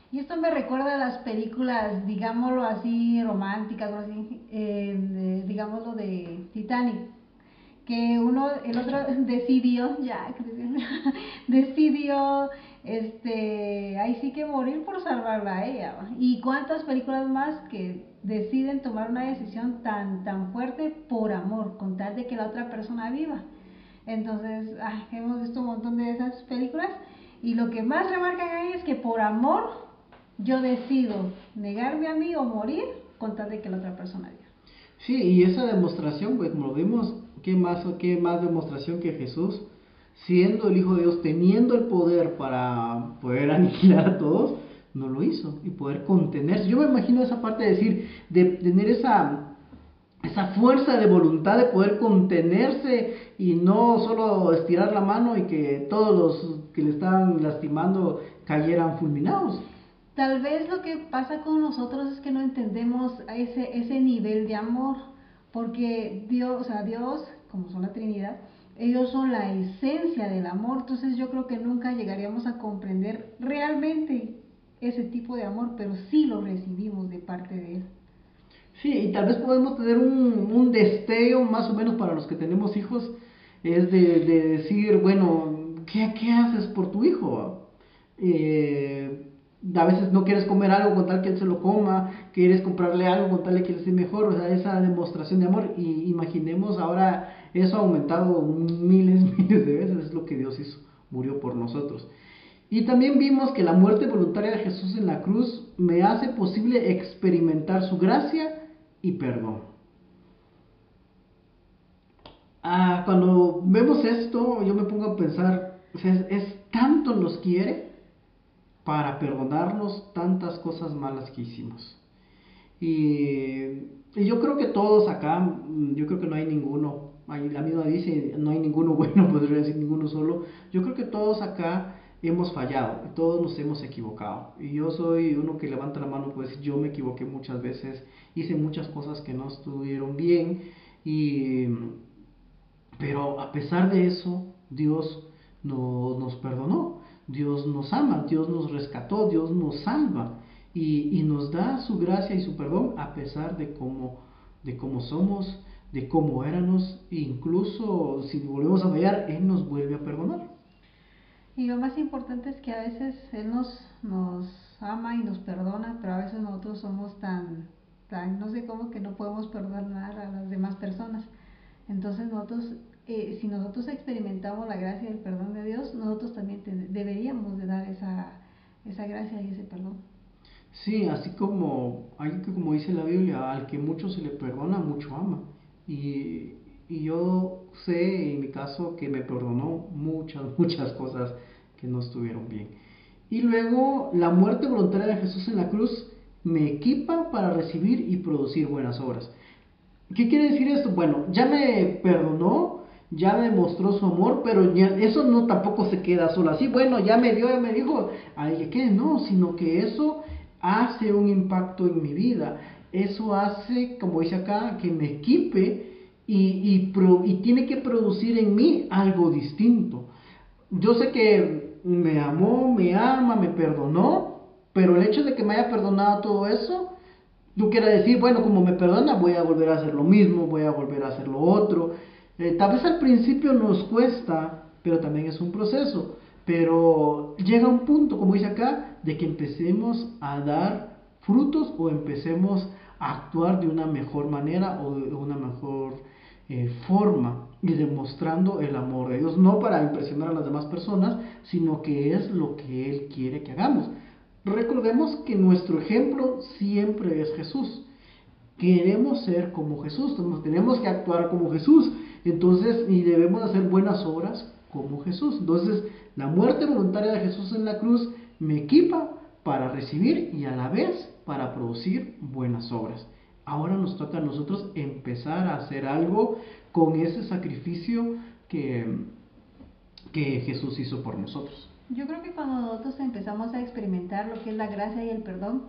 Y esto me recuerda a las películas, digámoslo así, románticas, o así, eh, de- digámoslo de Titanic, que uno, el otro decidió, ya, decidió, este, ahí sí que morir por salvarla a ella, ¿va? Y cuántas películas más que deciden tomar una decisión tan, tan fuerte por amor, con tal de que la otra persona viva. Entonces, ay, hemos visto un montón de esas películas y lo que más remarcan ahí es que por amor yo decido negarme a mí o morir con tal de que la otra persona viva. Sí, y esa demostración, pues como lo vimos, ¿qué más, qué más demostración que Jesús, siendo el Hijo de Dios, teniendo el poder para poder aniquilar a todos, no lo hizo y poder contenerse? Yo me imagino esa parte de decir, de tener esa, esa fuerza de voluntad de poder contenerse y no solo estirar la mano y que todos los que le estaban lastimando cayeran fulminados. Tal vez lo que pasa con nosotros es que no entendemos ese, ese nivel de amor, porque Dios, o sea, Dios, como son la Trinidad, ellos son la esencia del amor, entonces yo creo que nunca llegaríamos a comprender realmente ese tipo de amor, pero sí lo recibimos de parte de Él. Sí, y tal vez podemos tener un, un destello más o menos para los que tenemos hijos, es de, de decir, bueno, ¿qué, qué haces por tu hijo? Eh, a veces no quieres comer algo con tal que él se lo coma, quieres comprarle algo con tal de que él esté mejor, o sea, esa demostración de amor. Y imaginemos ahora, eso ha aumentado miles, miles de veces, es lo que Dios hizo, murió por nosotros. Y también vimos que la muerte voluntaria de Jesús en la cruz me hace posible experimentar su gracia y perdón. Ah, cuando vemos esto, yo me pongo a pensar, o sea, es, es tanto nos quiere para perdonarnos tantas cosas malas que hicimos. Y, y yo creo que todos acá, mm, yo creo que no hay ninguno, ahí la misma dice, no hay ninguno bueno, podría decir ninguno solo. Yo creo que todos acá hemos fallado, todos nos hemos equivocado. Y yo soy uno que levanta la mano, pues yo me equivoqué muchas veces, hice muchas cosas que no estuvieron bien, y, pero a pesar de eso, Dios no, nos perdonó, Dios nos ama, Dios nos rescató, Dios nos salva. Y, y nos da su gracia y su perdón a pesar de cómo, de cómo somos, de cómo éramos, e incluso si volvemos a fallar, Él nos vuelve a perdonar. Y lo más importante es que a veces Él nos, nos ama y nos perdona, pero a veces nosotros somos tan, tan, no sé cómo, que no podemos perdonar a las demás personas. Entonces nosotros, eh, si nosotros experimentamos la gracia y el perdón de Dios, nosotros también te, deberíamos de dar esa, esa gracia y ese perdón. Sí, así como, hay que como dice la Biblia, al que mucho se le perdona, mucho ama. Y, y yo sé en mi caso que me perdonó muchas, muchas cosas que no estuvieron bien. Y luego la muerte voluntaria de Jesús en la cruz me equipa para recibir y producir buenas obras. ¿Qué quiere decir esto? Bueno, ya me perdonó, ya me mostró su amor, pero ya, eso no tampoco se queda solo así. Bueno, ya me dio, ya me dijo, ay, ¿qué? No, sino que eso hace un impacto en mi vida. Eso hace, como dice acá, que me equipe y, y, pro, y tiene que producir en mí algo distinto. Yo sé que me amó, me ama, me perdonó, pero el hecho de que me haya perdonado todo eso no quiere decir, bueno, como me perdona, voy a volver a hacer lo mismo, voy a volver a hacer lo otro. Eh, tal vez al principio nos cuesta, pero también es un proceso. Pero llega un punto, como dice acá, de que empecemos a dar frutos o empecemos a actuar de una mejor manera o de una mejor eh, forma y demostrando el amor de Dios, no para impresionar a las demás personas, sino que es lo que Él quiere que hagamos. Recordemos que nuestro ejemplo siempre es Jesús. Queremos ser como Jesús, tenemos que actuar como Jesús, entonces, y debemos hacer buenas obras como Jesús. Entonces, la muerte voluntaria de Jesús en la cruz me equipa para recibir y a la vez para producir buenas obras. Ahora nos toca a nosotros empezar a hacer algo con ese sacrificio que, que Jesús hizo por nosotros. Yo creo que cuando nosotros empezamos a experimentar lo que es la gracia y el perdón,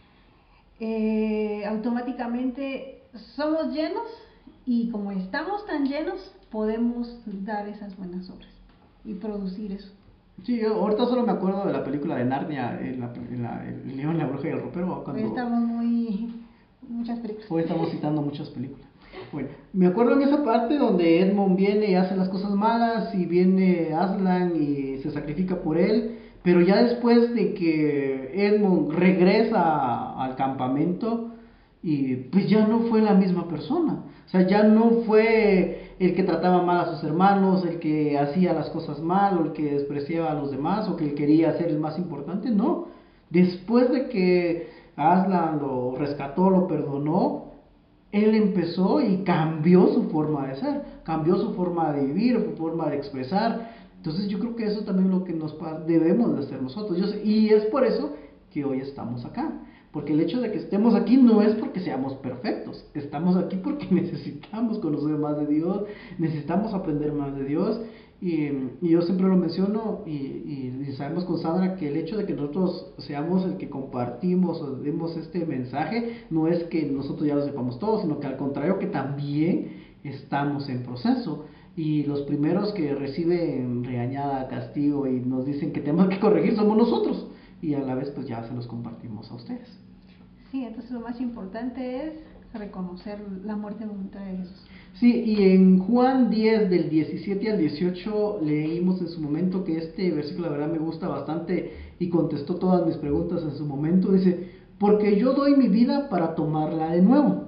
eh, automáticamente somos llenos y como estamos tan llenos podemos dar esas buenas obras y producir eso. Sí, yo ahorita solo me acuerdo de la película de Narnia, en la, en la- El león, la bruja y el ropero, Hoy cuando estamos muy... muchas películas. hoy estamos citando muchas películas. Bueno, me acuerdo en esa parte donde Edmond viene y hace las cosas malas y viene Aslan y se sacrifica por él, pero ya después de que Edmond regresa al campamento y pues ya no fue la misma persona. O sea, ya no fue el que trataba mal a sus hermanos, el que hacía las cosas mal, o el que despreciaba a los demás, o que él quería ser el más importante, no. Después de que Aslan lo rescató, lo perdonó, él empezó y cambió su forma de ser, cambió su forma de vivir, su forma de expresar. Entonces yo creo que eso también es lo que nos debemos de hacer nosotros. Yo sé, y es por eso que hoy estamos acá. Porque el hecho de que estemos aquí no es porque seamos perfectos. Estamos aquí porque necesitamos conocer más de Dios, necesitamos aprender más de Dios. Y, y yo siempre lo menciono y, y, y sabemos con Sandra que el hecho de que nosotros seamos el que compartimos o demos este mensaje no es que nosotros ya lo sepamos todo, sino que al contrario que también estamos en proceso. Y los primeros que reciben regañada, castigo y nos dicen que tenemos que corregir somos nosotros. Y a la vez pues ya se los compartimos a ustedes. Sí, entonces lo más importante es reconocer la muerte voluntaria de Jesús. Sí, y en Juan diez, del diecisiete al dieciocho, leímos en su momento que este versículo, la verdad, me gusta bastante y contestó todas mis preguntas en su momento. Dice, porque yo doy mi vida para tomarla de nuevo.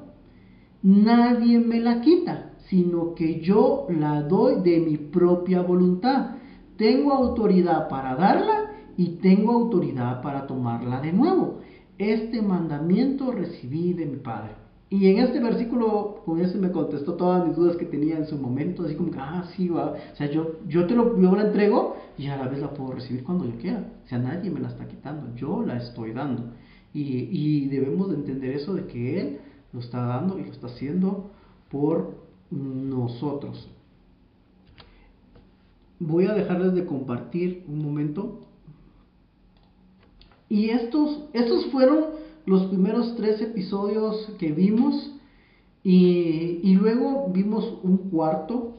Nadie me la quita, sino que yo la doy de mi propia voluntad. Tengo autoridad para darla y tengo autoridad para tomarla de nuevo. Este mandamiento recibí de mi Padre. Y en este versículo, con ese me contestó todas mis dudas que tenía en su momento, así como que, ah, sí, va. O sea, yo, yo te lo, yo la entrego y a la vez la puedo recibir cuando yo quiera. O sea, nadie me la está quitando, yo la estoy dando. Y, y debemos de entender eso de que Él lo está dando y lo está haciendo por nosotros. Voy a dejarles de compartir un momento. Y estos, estos fueron los primeros tres episodios que vimos. Y, y luego vimos un cuarto.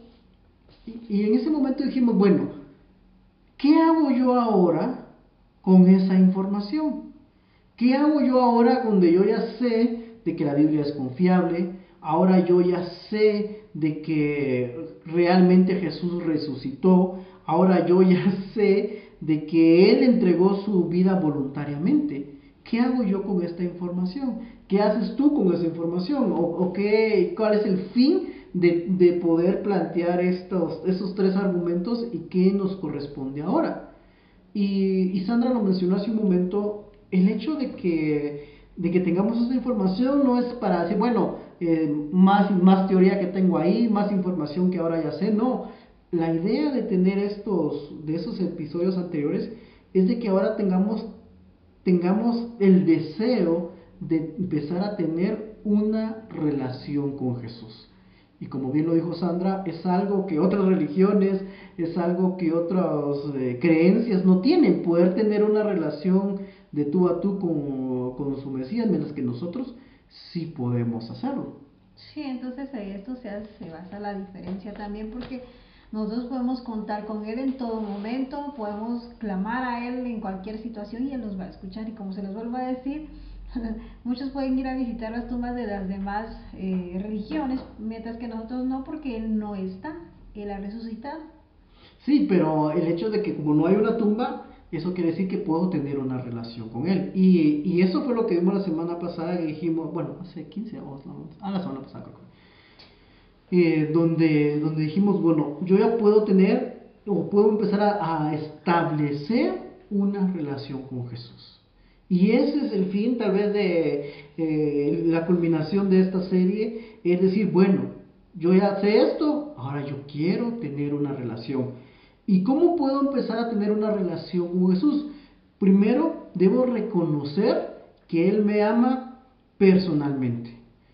Y, y en ese momento dijimos, bueno, ¿qué hago yo ahora con esa información? ¿Qué hago yo ahora donde yo ya sé de que la Biblia es confiable? Ahora yo ya sé de que realmente Jesús resucitó. Ahora yo ya sé de que Él entregó su vida voluntariamente. ¿Qué hago yo con esta información? ¿Qué haces tú con esa información? ¿O, o qué, cuál es el fin de, de poder plantear estos, esos tres argumentos y qué nos corresponde ahora? Y, y Sandra lo mencionó hace un momento, el hecho de que, de que tengamos esa información no es para decir, bueno, eh, más, más teoría que tengo ahí, más información que ahora ya sé, no. La idea de tener estos, de esos episodios anteriores, es de que ahora tengamos, tengamos el deseo de empezar a tener una relación con Jesús. Y como bien lo dijo Sandra, es algo que otras religiones, es algo que otras eh, creencias no tienen, poder tener una relación de tú a tú con, con su Mesías, mientras que nosotros sí podemos hacerlo. Sí, entonces de esto se, hace, se basa la diferencia también, porque nosotros podemos contar con Él en todo momento, podemos clamar a Él en cualquier situación y Él nos va a escuchar. Y como se les vuelvo a decir, muchos pueden ir a visitar las tumbas de las demás eh, religiones, mientras que nosotros no, porque Él no está, Él ha resucitado. Sí, pero el hecho de que como no hay una tumba, eso quiere decir que puedo tener una relación con Él. Y, y eso fue lo que vimos la semana pasada, que dijimos, bueno, hace quince o ah, la semana pasada creo que eh, donde, donde dijimos, bueno, yo ya puedo tener o puedo empezar a, a establecer una relación con Jesús. Y ese es el fin tal vez de eh, la culminación de esta serie, es decir, bueno, yo ya sé esto, ahora yo quiero tener una relación. ¿Y cómo puedo empezar a tener una relación con Jesús? Primero, debo reconocer que Él me ama personalmente.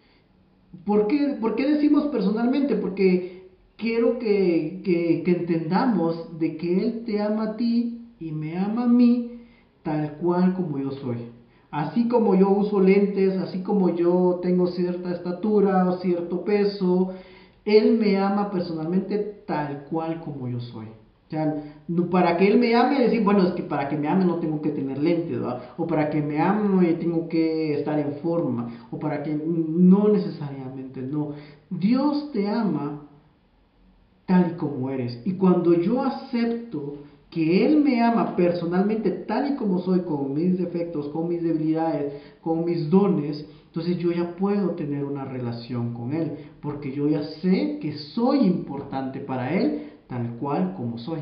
¿Por qué, ¿Por qué decimos personalmente? Porque quiero que, que, que entendamos de que Él te ama a ti y me ama a mí tal cual como yo soy. Así como yo uso lentes, así como yo tengo cierta estatura o cierto peso, Él me ama personalmente tal cual como yo soy. O sea, no, para que Él me ame, decir, bueno, es que para que me ame no tengo que tener lentes, ¿verdad? O para que me ame tengo que estar en forma, o para que, no necesariamente, no. Dios te ama tal y como eres. Y cuando yo acepto que Él me ama personalmente tal y como soy, con mis defectos, con mis debilidades, con mis dones, entonces yo ya puedo tener una relación con Él, porque yo ya sé que soy importante para Él tal cual como soy.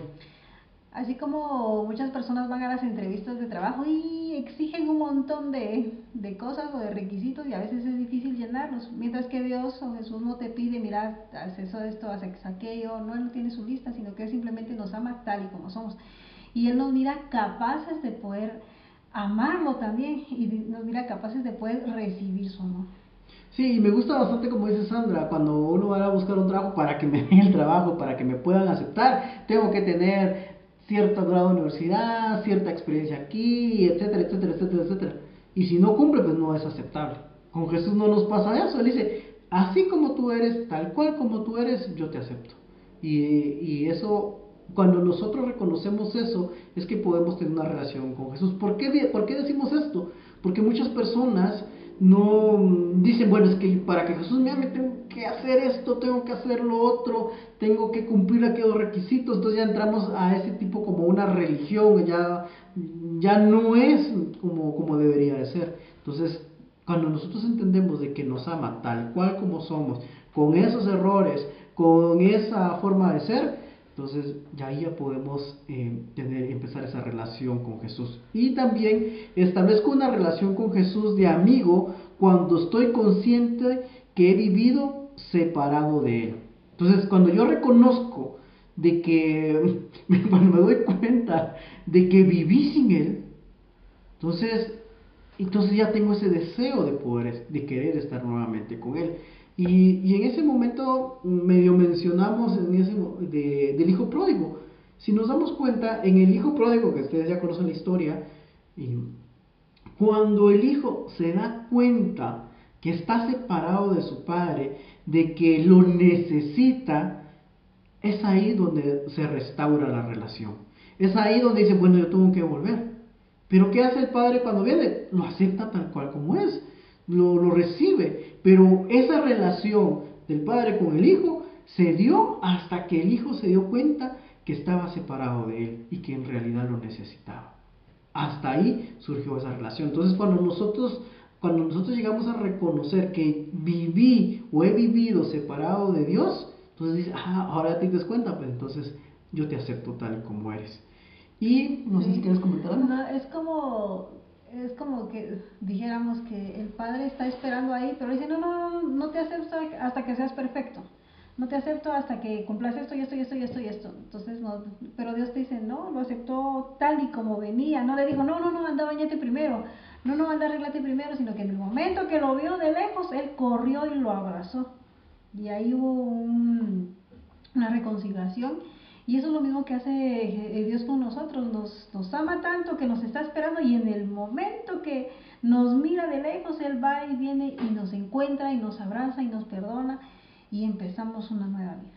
Así como muchas personas van a las entrevistas de trabajo y exigen un montón de, de cosas o de requisitos y a veces es difícil llenarlos, mientras que Dios o Jesús no te pide, mira, haz eso, esto, haz aquello, no, Él no tiene su lista, sino que Él simplemente nos ama tal y como somos. Y Él nos mira capaces de poder amarlo también y nos mira capaces de poder recibir su amor. Sí, y me gusta bastante como dice Sandra, cuando uno va a buscar un trabajo para que me den el trabajo, para que me puedan aceptar, tengo que tener cierto grado de universidad, cierta experiencia aquí, etcétera, etcétera, etcétera, etcétera. Y si no cumple, pues no es aceptable. Con Jesús no nos pasa eso, Él dice, así como tú eres, tal cual como tú eres, yo te acepto. Y, y eso, cuando nosotros reconocemos eso, es que podemos tener una relación con Jesús. ¿Por qué, por qué decimos esto? Porque muchas personas no dicen, bueno, es que para que Jesús me ame tengo que hacer esto, tengo que hacer lo otro, tengo que cumplir aquellos requisitos, entonces ya entramos a ese tipo como una religión, ya, ya no es como, como debería de ser. Entonces, cuando nosotros entendemos de que nos ama tal cual como somos, con esos errores, con esa forma de ser, entonces ya ahí ya podemos eh, tener, empezar esa relación con Jesús. Y también establezco una relación con Jesús de amigo cuando estoy consciente que he vivido separado de Él. Entonces cuando yo reconozco de que, cuando me doy cuenta de que viví sin Él, entonces, entonces ya tengo ese deseo de poder, de querer estar nuevamente con Él. Y, y en ese momento medio mencionamos en ese, de, del hijo pródigo. Si nos damos cuenta, en el hijo pródigo, que ustedes ya conocen la historia, y cuando el hijo se da cuenta que está separado de su padre, de que lo necesita, es ahí donde se restaura la relación. Es ahí donde dice, bueno, yo tengo que volver. Pero ¿qué hace el padre cuando viene? Lo acepta tal cual como es, lo, lo recibe. Pero esa relación del padre con el hijo se dio hasta que el hijo se dio cuenta que estaba separado de él y que en realidad lo necesitaba. Hasta ahí surgió esa relación. Entonces cuando nosotros, cuando nosotros llegamos a reconocer que viví o he vivido separado de Dios, entonces dices, ah, ahora te das cuenta, pues entonces yo te acepto tal y como eres. Y no sí. sé si quieres comentar algo. No, es como, es como que dijéramos que el padre está esperando ahí, pero dice, no, no, no, no te acepto hasta que seas perfecto. No te acepto hasta que cumplas esto y esto y esto y esto y esto. Entonces, no, pero Dios te dice, no, lo aceptó tal y como venía. No le dijo, no, no, no, anda, bañate primero. No, no, anda, arréglate primero. Sino que en el momento que lo vio de lejos, él corrió y lo abrazó. Y ahí hubo un, una reconciliación. Y eso es lo mismo que hace Dios con nosotros. Nos, nos ama tanto que nos está esperando y en el momento que nos mira de lejos, Él va y viene y nos encuentra y nos abraza y nos perdona. Y empezamos una nueva vida.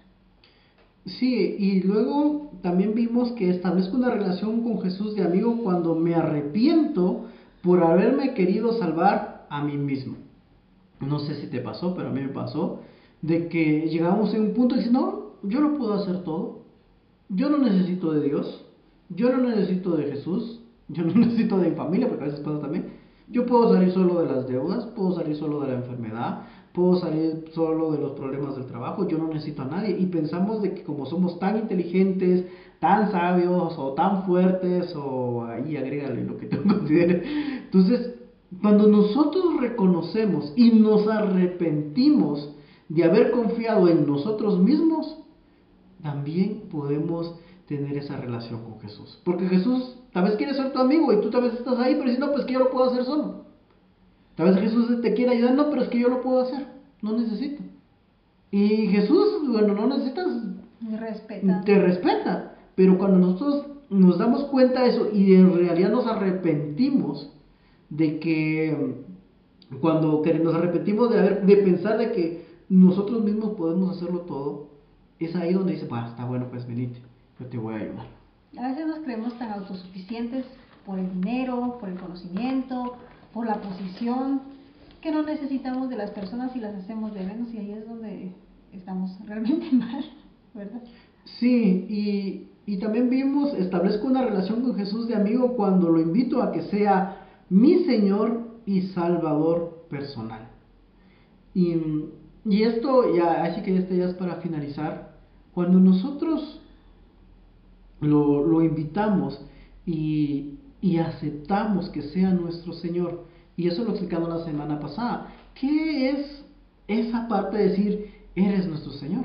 Sí, y luego también vimos que establezco una relación con Jesús de amigo cuando me arrepiento por haberme querido salvar a mí mismo. No sé si te pasó, pero a mí me pasó, de que llegamos a un punto y dices, no, yo lo puedo hacer todo, yo no necesito de Dios, yo no necesito de Jesús, yo no necesito de mi familia, porque a veces pasa también. Yo puedo salir solo de las deudas, puedo salir solo de la enfermedad, puedo salir solo de los problemas del trabajo, yo no necesito a nadie. Y pensamos de que como somos tan inteligentes, tan sabios o tan fuertes, o ahí agrégale lo que tú consideres. Entonces, cuando nosotros reconocemos y nos arrepentimos de haber confiado en nosotros mismos, también podemos tener esa relación con Jesús. Porque Jesús tal vez quiere ser tu amigo y tú tal vez estás ahí, pero dices, no, pues que yo lo puedo hacer solo. Tal vez Jesús te quiere ayudar, no, pero es que yo lo puedo hacer, no necesito. Y Jesús, bueno, no necesitas, respeta. te respeta. Pero cuando nosotros nos damos cuenta de eso y en realidad nos arrepentimos de que, cuando que nos arrepentimos de, haber, de pensar de que nosotros mismos podemos hacerlo todo, es ahí donde dice, bah, está bueno, pues venite. yo te voy a ayudar. A veces nos creemos tan autosuficientes por el dinero, por el conocimiento, por la posición, que no necesitamos de las personas y las hacemos de menos, y ahí es donde estamos realmente mal, ¿verdad? Sí, y, y también vimos, establezco una relación con Jesús de amigo cuando lo invito a que sea mi Señor y Salvador personal. Y, y esto, ya, así que este ya es para finalizar, cuando nosotros lo, lo invitamos y, y aceptamos que sea nuestro Señor, y eso lo explicamos la semana pasada, ¿qué es esa parte de decir, eres nuestro Señor?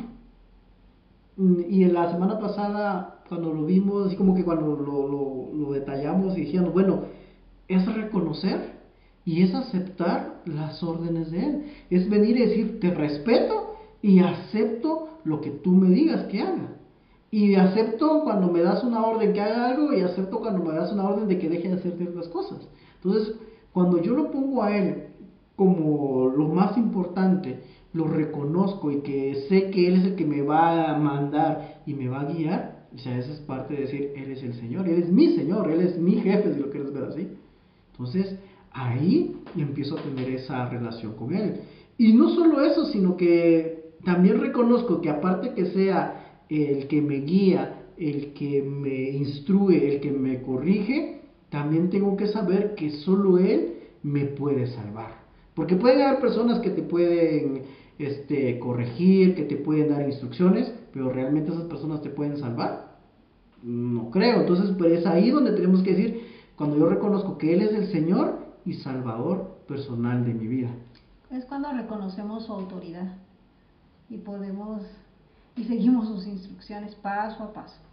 Y en la semana pasada, cuando lo vimos, así como que cuando lo, lo, lo detallamos y decíamos, bueno, es reconocer y es aceptar las órdenes de Él. Es venir y decir, te respeto y acepto lo que tú me digas que haga. Y acepto cuando me das una orden que haga algo y acepto cuando me das una orden de que deje de hacer ciertas cosas. Entonces, cuando yo lo pongo a Él como lo más importante, lo reconozco y que sé que Él es el que me va a mandar y me va a guiar, o sea, esa es parte de decir, Él es el Señor, Él es mi Señor, Él es mi jefe, si lo quieres ver así. Entonces, ahí empiezo a tener esa relación con Él. Y no solo eso, sino que también reconozco que aparte que sea el que me guía, el que me instruye, el que me corrige, también tengo que saber que solo Él me puede salvar. Porque pueden haber personas que te pueden este, corregir, que te pueden dar instrucciones, pero ¿realmente esas personas te pueden salvar? No creo. Entonces, pues es ahí donde tenemos que decir, cuando yo reconozco que Él es el Señor y Salvador personal de mi vida. Es cuando reconocemos su autoridad y podemos y seguimos sus instrucciones paso a paso.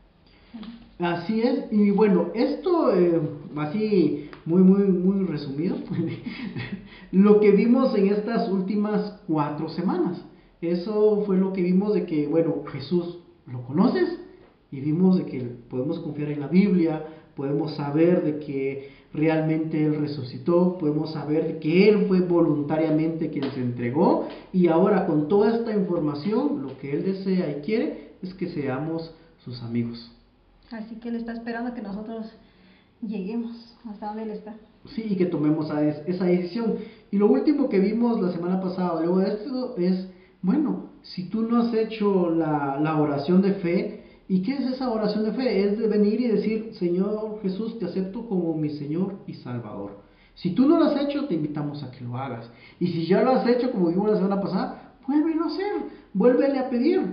Así es, y bueno, esto eh, así muy muy muy resumido, lo que vimos en estas últimas cuatro semanas, eso fue lo que vimos de que, bueno, Jesús lo conoces y vimos de que podemos confiar en la Biblia, podemos saber de que realmente Él resucitó, podemos saber de que Él fue voluntariamente quien se entregó y ahora con toda esta información lo que Él desea y quiere es que seamos sus amigos. Así que Él está esperando que nosotros lleguemos hasta donde Él está. Sí, y que tomemos esa decisión. Y lo último que vimos la semana pasada, luego de esto, es, bueno, si tú no has hecho la, la oración de fe, ¿y qué es esa oración de fe? Es de venir y decir, Señor Jesús, te acepto como mi Señor y Salvador. Si tú no lo has hecho, te invitamos a que lo hagas. Y si ya lo has hecho, como dijimos la semana pasada, vuélvelo a hacer, vuélvele a pedir,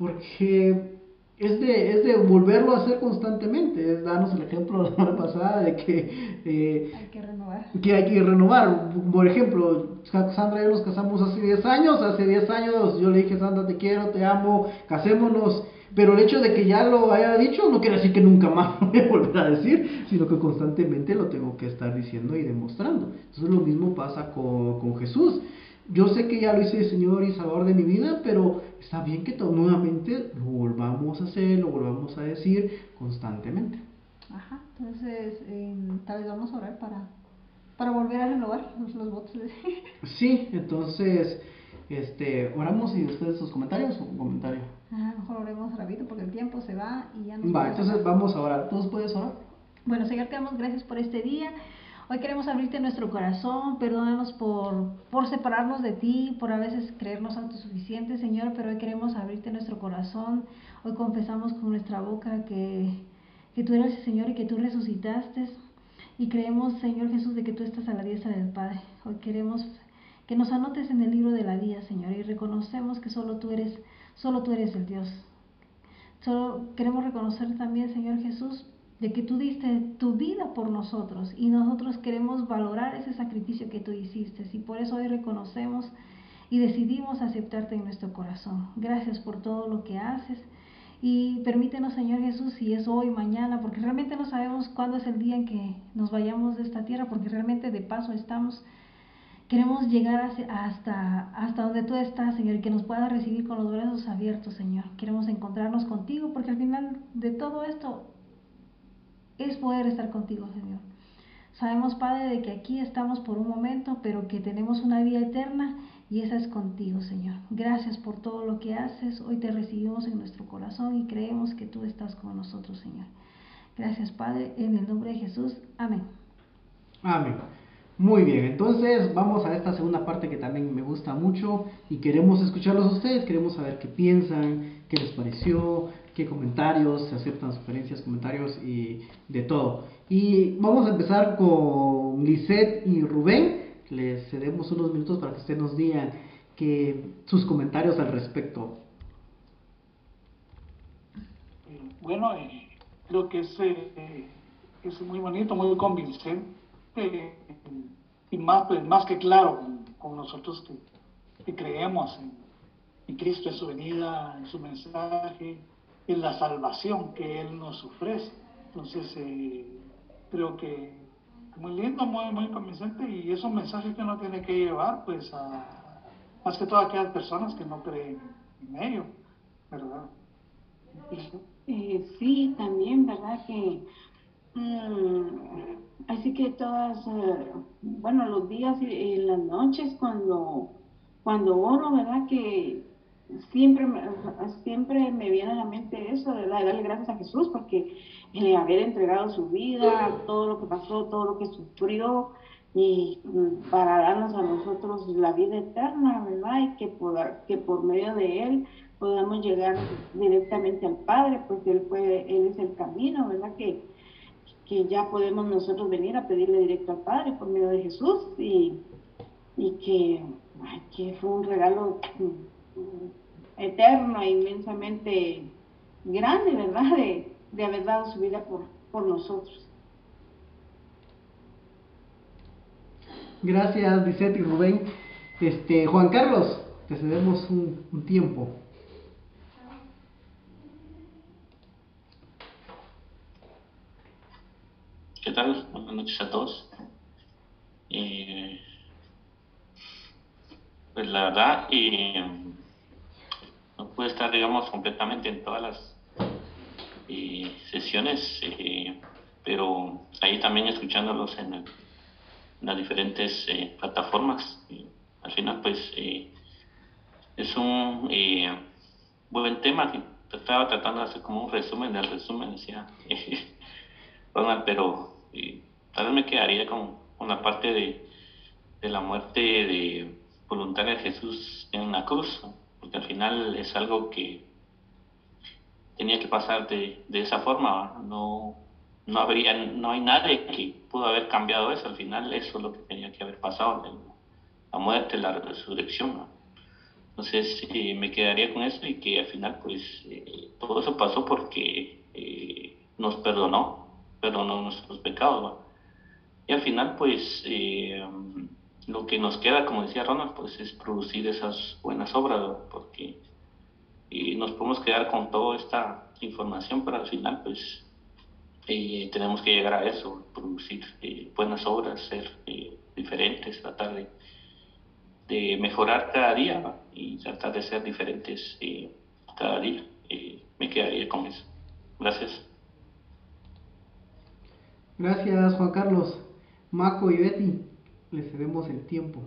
porque es de, es de volverlo a hacer constantemente. Es darnos el ejemplo la semana pasada de que, eh, hay que renovar. que hay que renovar. Por ejemplo, Sandra y yo nos casamos hace diez años. Hace diez años yo le dije, Sandra, te quiero, te amo, casémonos. Pero el hecho de que ya lo haya dicho no quiere decir que nunca más lo voy a volver a decir, sino que constantemente lo tengo que estar diciendo y demostrando. Entonces lo mismo pasa con, con Jesús. Yo sé que ya lo hice Señor y Salvador de mi vida, pero está bien que nuevamente lo volvamos a hacer, lo volvamos a decir constantemente. Ajá, entonces eh, tal vez vamos a orar para, para volver a renovar los, los votos. Sí, entonces este, oramos y después de sus comentarios o un comentario. Ah, mejor oremos rapidito porque el tiempo se va y ya nos Va, entonces vamos a orar. ¿Todos puedes orar? Bueno, Señor, te damos gracias por este día. Hoy queremos abrirte nuestro corazón, perdónanos por, por separarnos de ti, por a veces creernos autosuficientes, Señor, pero hoy queremos abrirte nuestro corazón. Hoy confesamos con nuestra boca que, que tú eres el Señor y que tú resucitaste. Y creemos, Señor Jesús, de que tú estás a la diestra del Padre. Hoy queremos que nos anotes en el libro de la vida, Señor, y reconocemos que solo tú eres, solo tú eres el Dios. Solo queremos reconocer también, Señor Jesús, de que tú diste tu vida por nosotros y nosotros queremos valorar ese sacrificio que tú hiciste y por eso hoy reconocemos y decidimos aceptarte en nuestro corazón. Gracias por todo lo que haces y permítenos, Señor Jesús, si es hoy, mañana, porque realmente no sabemos cuándo es el día en que nos vayamos de esta tierra, porque realmente de paso estamos. Queremos llegar hasta, hasta donde tú estás, Señor, y que nos puedas recibir con los brazos abiertos, Señor. Queremos encontrarnos contigo, porque al final de todo esto es poder estar contigo, Señor. Sabemos, Padre, de que aquí estamos por un momento, pero que tenemos una vida eterna y esa es contigo, Señor. Gracias por todo lo que haces. Hoy te recibimos en nuestro corazón y creemos que tú estás con nosotros, Señor. Gracias, Padre, en el nombre de Jesús. Amén. Amén. Muy bien, entonces vamos a esta segunda parte que también me gusta mucho y queremos escucharlos a ustedes, queremos saber qué piensan, qué les pareció, qué comentarios, se aceptan sugerencias, comentarios y de todo. Y vamos a empezar con Lisette y Rubén. Les cedemos unos minutos para que ustedes nos digan que, sus comentarios al respecto. Bueno, eh, creo que es, eh, es muy bonito, muy convincente eh, y más, pues, más que claro con, con nosotros que, que creemos en, en Cristo, en su venida, en su mensaje, en la salvación que Él nos ofrece. Entonces, eh, creo que muy lindo, muy, muy convincente, y es un mensaje que uno tiene que llevar, pues, a, más que todas aquellas personas que no creen en ello, ¿verdad? Eh, sí, también, ¿verdad? Que mm, así que todas, eh, bueno, los días y, y las noches cuando, cuando oro, ¿verdad? Que siempre, me- siempre me viene a la mente eso, ¿verdad? De darle gracias a Jesús porque el haber entregado su vida, todo lo que pasó, todo lo que sufrió, y mm, para darnos a nosotros la vida eterna, ¿verdad? Y que por, que por medio de Él podamos llegar directamente al Padre, pues Él fue, Él es el camino, ¿verdad? Que, que ya podemos nosotros venir a pedirle directo al Padre por medio de Jesús, y, y que, ay, que fue un regalo mm, eterno e inmensamente grande, ¿verdad? De, de haber dado su vida por, por nosotros. Gracias, Lisette y Rubén. Este, Juan Carlos, te cedemos un, un tiempo. ¿Qué tal? Buenas noches a todos. Eh, pues la verdad, eh, no pude estar, digamos, completamente en todas las eh, sesiones, eh, pero ahí también escuchándolos en, el- en las diferentes eh, plataformas. Eh, al final, pues, eh, es un eh, buen tema que estaba tratando de hacer como un resumen del resumen, decía Ronald, pero eh, tal vez me quedaría con, con la parte de, de la muerte de voluntaria de Jesús en la cruz, ¿no? Porque al final es algo que tenía que pasar de, de esa forma, ¿va? No, no habría, no hay nadie que pudo haber cambiado eso. Al final eso es lo que tenía que haber pasado, la, la muerte, la resurrección, ¿no? Entonces eh, me quedaría con eso, y que al final pues eh, todo eso pasó porque eh, nos perdonó, perdonó nuestros pecados, ¿va? Y al final pues eh, lo que nos queda, como decía Ronald, pues es producir esas buenas obras, ¿va? Porque eh, nos podemos quedar con toda esta información, pero al final pues eh, tenemos que llegar a eso, producir eh, buenas obras, ser eh, diferentes, tratar de de mejorar cada día, ¿va? Y tratar de ser diferentes eh, cada día. Eh, me quedaría con eso. Gracias. Gracias, Juan Carlos. Maco y Betty, les cedemos el tiempo.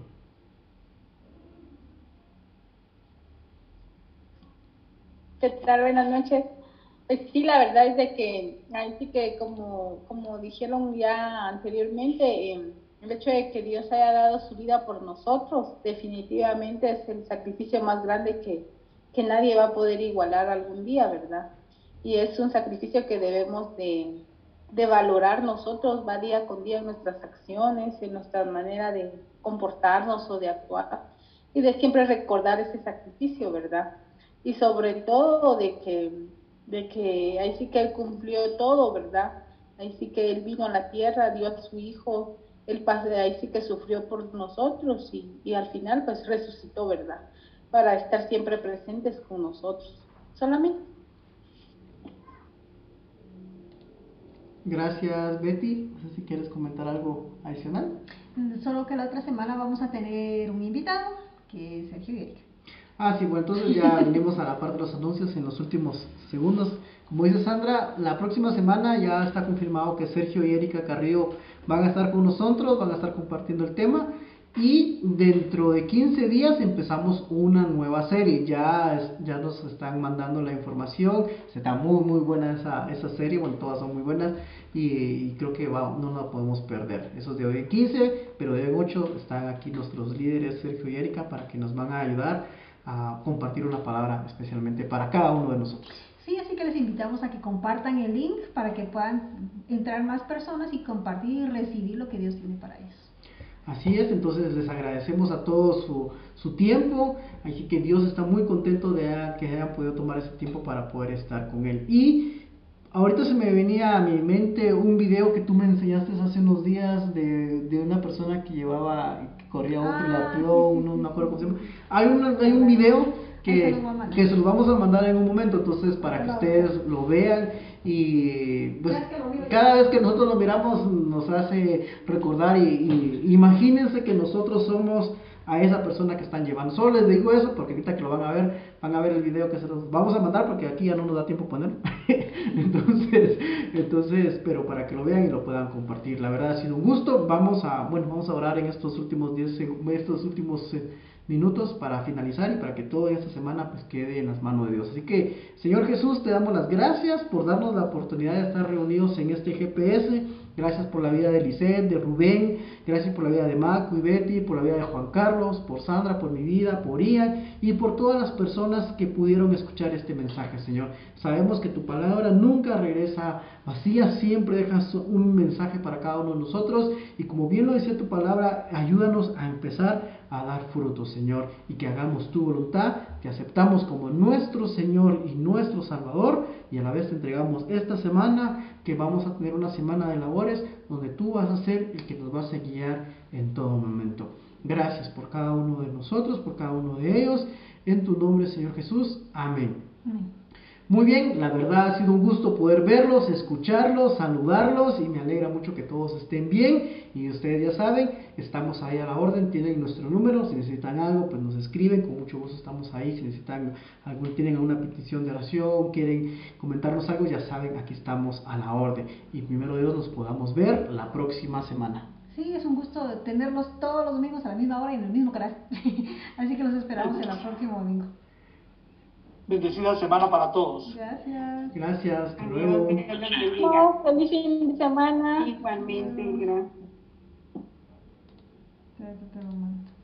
¿Qué tal? Buenas noches. Pues sí, la verdad es de que ahí sí que como, como dijeron ya anteriormente, eh, el hecho de que Dios haya dado su vida por nosotros definitivamente es el sacrificio más grande que, que nadie va a poder igualar algún día, ¿verdad? Y es un sacrificio que debemos de, de valorar nosotros, va día con día en nuestras acciones, en nuestra manera de comportarnos o de actuar, y de siempre recordar ese sacrificio, ¿verdad? Y sobre todo de que, de que ahí sí que Él cumplió todo, ¿verdad? Ahí sí que Él vino a la tierra, dio a su Hijo, Él ahí sí que sufrió por nosotros, y, y al final pues resucitó, ¿verdad? Para estar siempre presentes con nosotros. Solamente. Gracias, Betty. No sé si quieres comentar algo adicional. Solo que la otra semana vamos a tener un invitado, que es Sergio y Erika. Ah, sí, bueno, entonces ya venimos a la parte de los anuncios en los últimos segundos. Como dice Sandra, la próxima semana ya está confirmado que Sergio y Erika Carrillo van a estar con nosotros, van a estar compartiendo el tema. Y dentro de quince días empezamos una nueva serie. Ya, es- ya nos están mandando la información. Está muy muy buena esa, esa serie. Bueno, todas son muy buenas. Y, y creo que va, no la podemos perder. Esos de hoy en quince, pero de hoy en ocho están aquí nuestros líderes Sergio y Erika para que nos van a ayudar a compartir una palabra especialmente para cada uno de nosotros. Sí, así que les invitamos a que compartan el link para que puedan entrar más personas y compartir y recibir lo que Dios tiene para ellos. Así es, entonces les agradecemos a todos su, su tiempo, así que Dios está muy contento de que hayan podido tomar ese tiempo para poder estar con Él. Y ahorita se me venía a mi mente un video que tú me enseñaste hace unos días de, de una persona que llevaba, que corría un Ah, trilatrión, sí, sí, no sí, me acuerdo sí, cómo se llama. sí, sí. Hay, una, hay un video Ahí se que, los voy a mandar. que se los vamos a mandar en un momento, entonces para que Hola, ustedes lo vean y pues Cada vez que lo miro yo- cada vez que nosotros lo miramos nos hace recordar y, y imagínense que nosotros somos a esa persona que están llevando. Solo les digo eso porque ahorita que lo van a ver, van a ver el video que se los vamos a mandar porque aquí ya no nos da tiempo ponerlo. entonces, entonces, pero para que lo vean y lo puedan compartir. La verdad ha sido un gusto. Vamos a, bueno, vamos a orar en estos últimos diez seg- estos últimos eh, minutos para finalizar y para que toda esta semana pues quede en las manos de Dios. Así que, Señor Jesús, te damos las gracias por darnos la oportunidad de estar reunidos en este G P S. Gracias por la vida de Lisette, de Rubén, gracias por la vida de Marco y Betty, por la vida de Juan Carlos, por Sandra, por mi vida, por Ian y por todas las personas que pudieron escuchar este mensaje, Señor. Sabemos que tu palabra nunca regresa vacía, siempre dejas un mensaje para cada uno de nosotros y como bien lo decía tu palabra, ayúdanos a empezar a dar frutos, Señor, y que hagamos tu voluntad, te aceptamos como nuestro Señor y nuestro Salvador y a la vez te entregamos esta semana que vamos a tener una semana de labores donde tú vas a ser el que nos vas a guiar en todo momento. Gracias por cada uno de nosotros, por cada uno de ellos, en tu nombre, Señor Jesús. Amén. Amén. Muy bien, la verdad ha sido un gusto poder verlos, escucharlos, saludarlos y me alegra mucho que todos estén bien y ustedes ya saben, estamos ahí a la orden, tienen nuestro número, si necesitan algo pues nos escriben, con mucho gusto estamos ahí, si necesitan algún, tienen alguna petición de oración, quieren comentarnos algo, ya saben, aquí estamos a la orden y primero Dios nos podamos ver la próxima semana. Sí, es un gusto tenerlos todos los domingos a la misma hora y en el mismo canal. Así que los esperamos el próximo domingo. Bendecida semana para todos. Gracias. Gracias, hasta Adiós, luego. Dios los bendiga. No, feliz fin de semana. Igualmente, gracias. Espérate, te lo mando.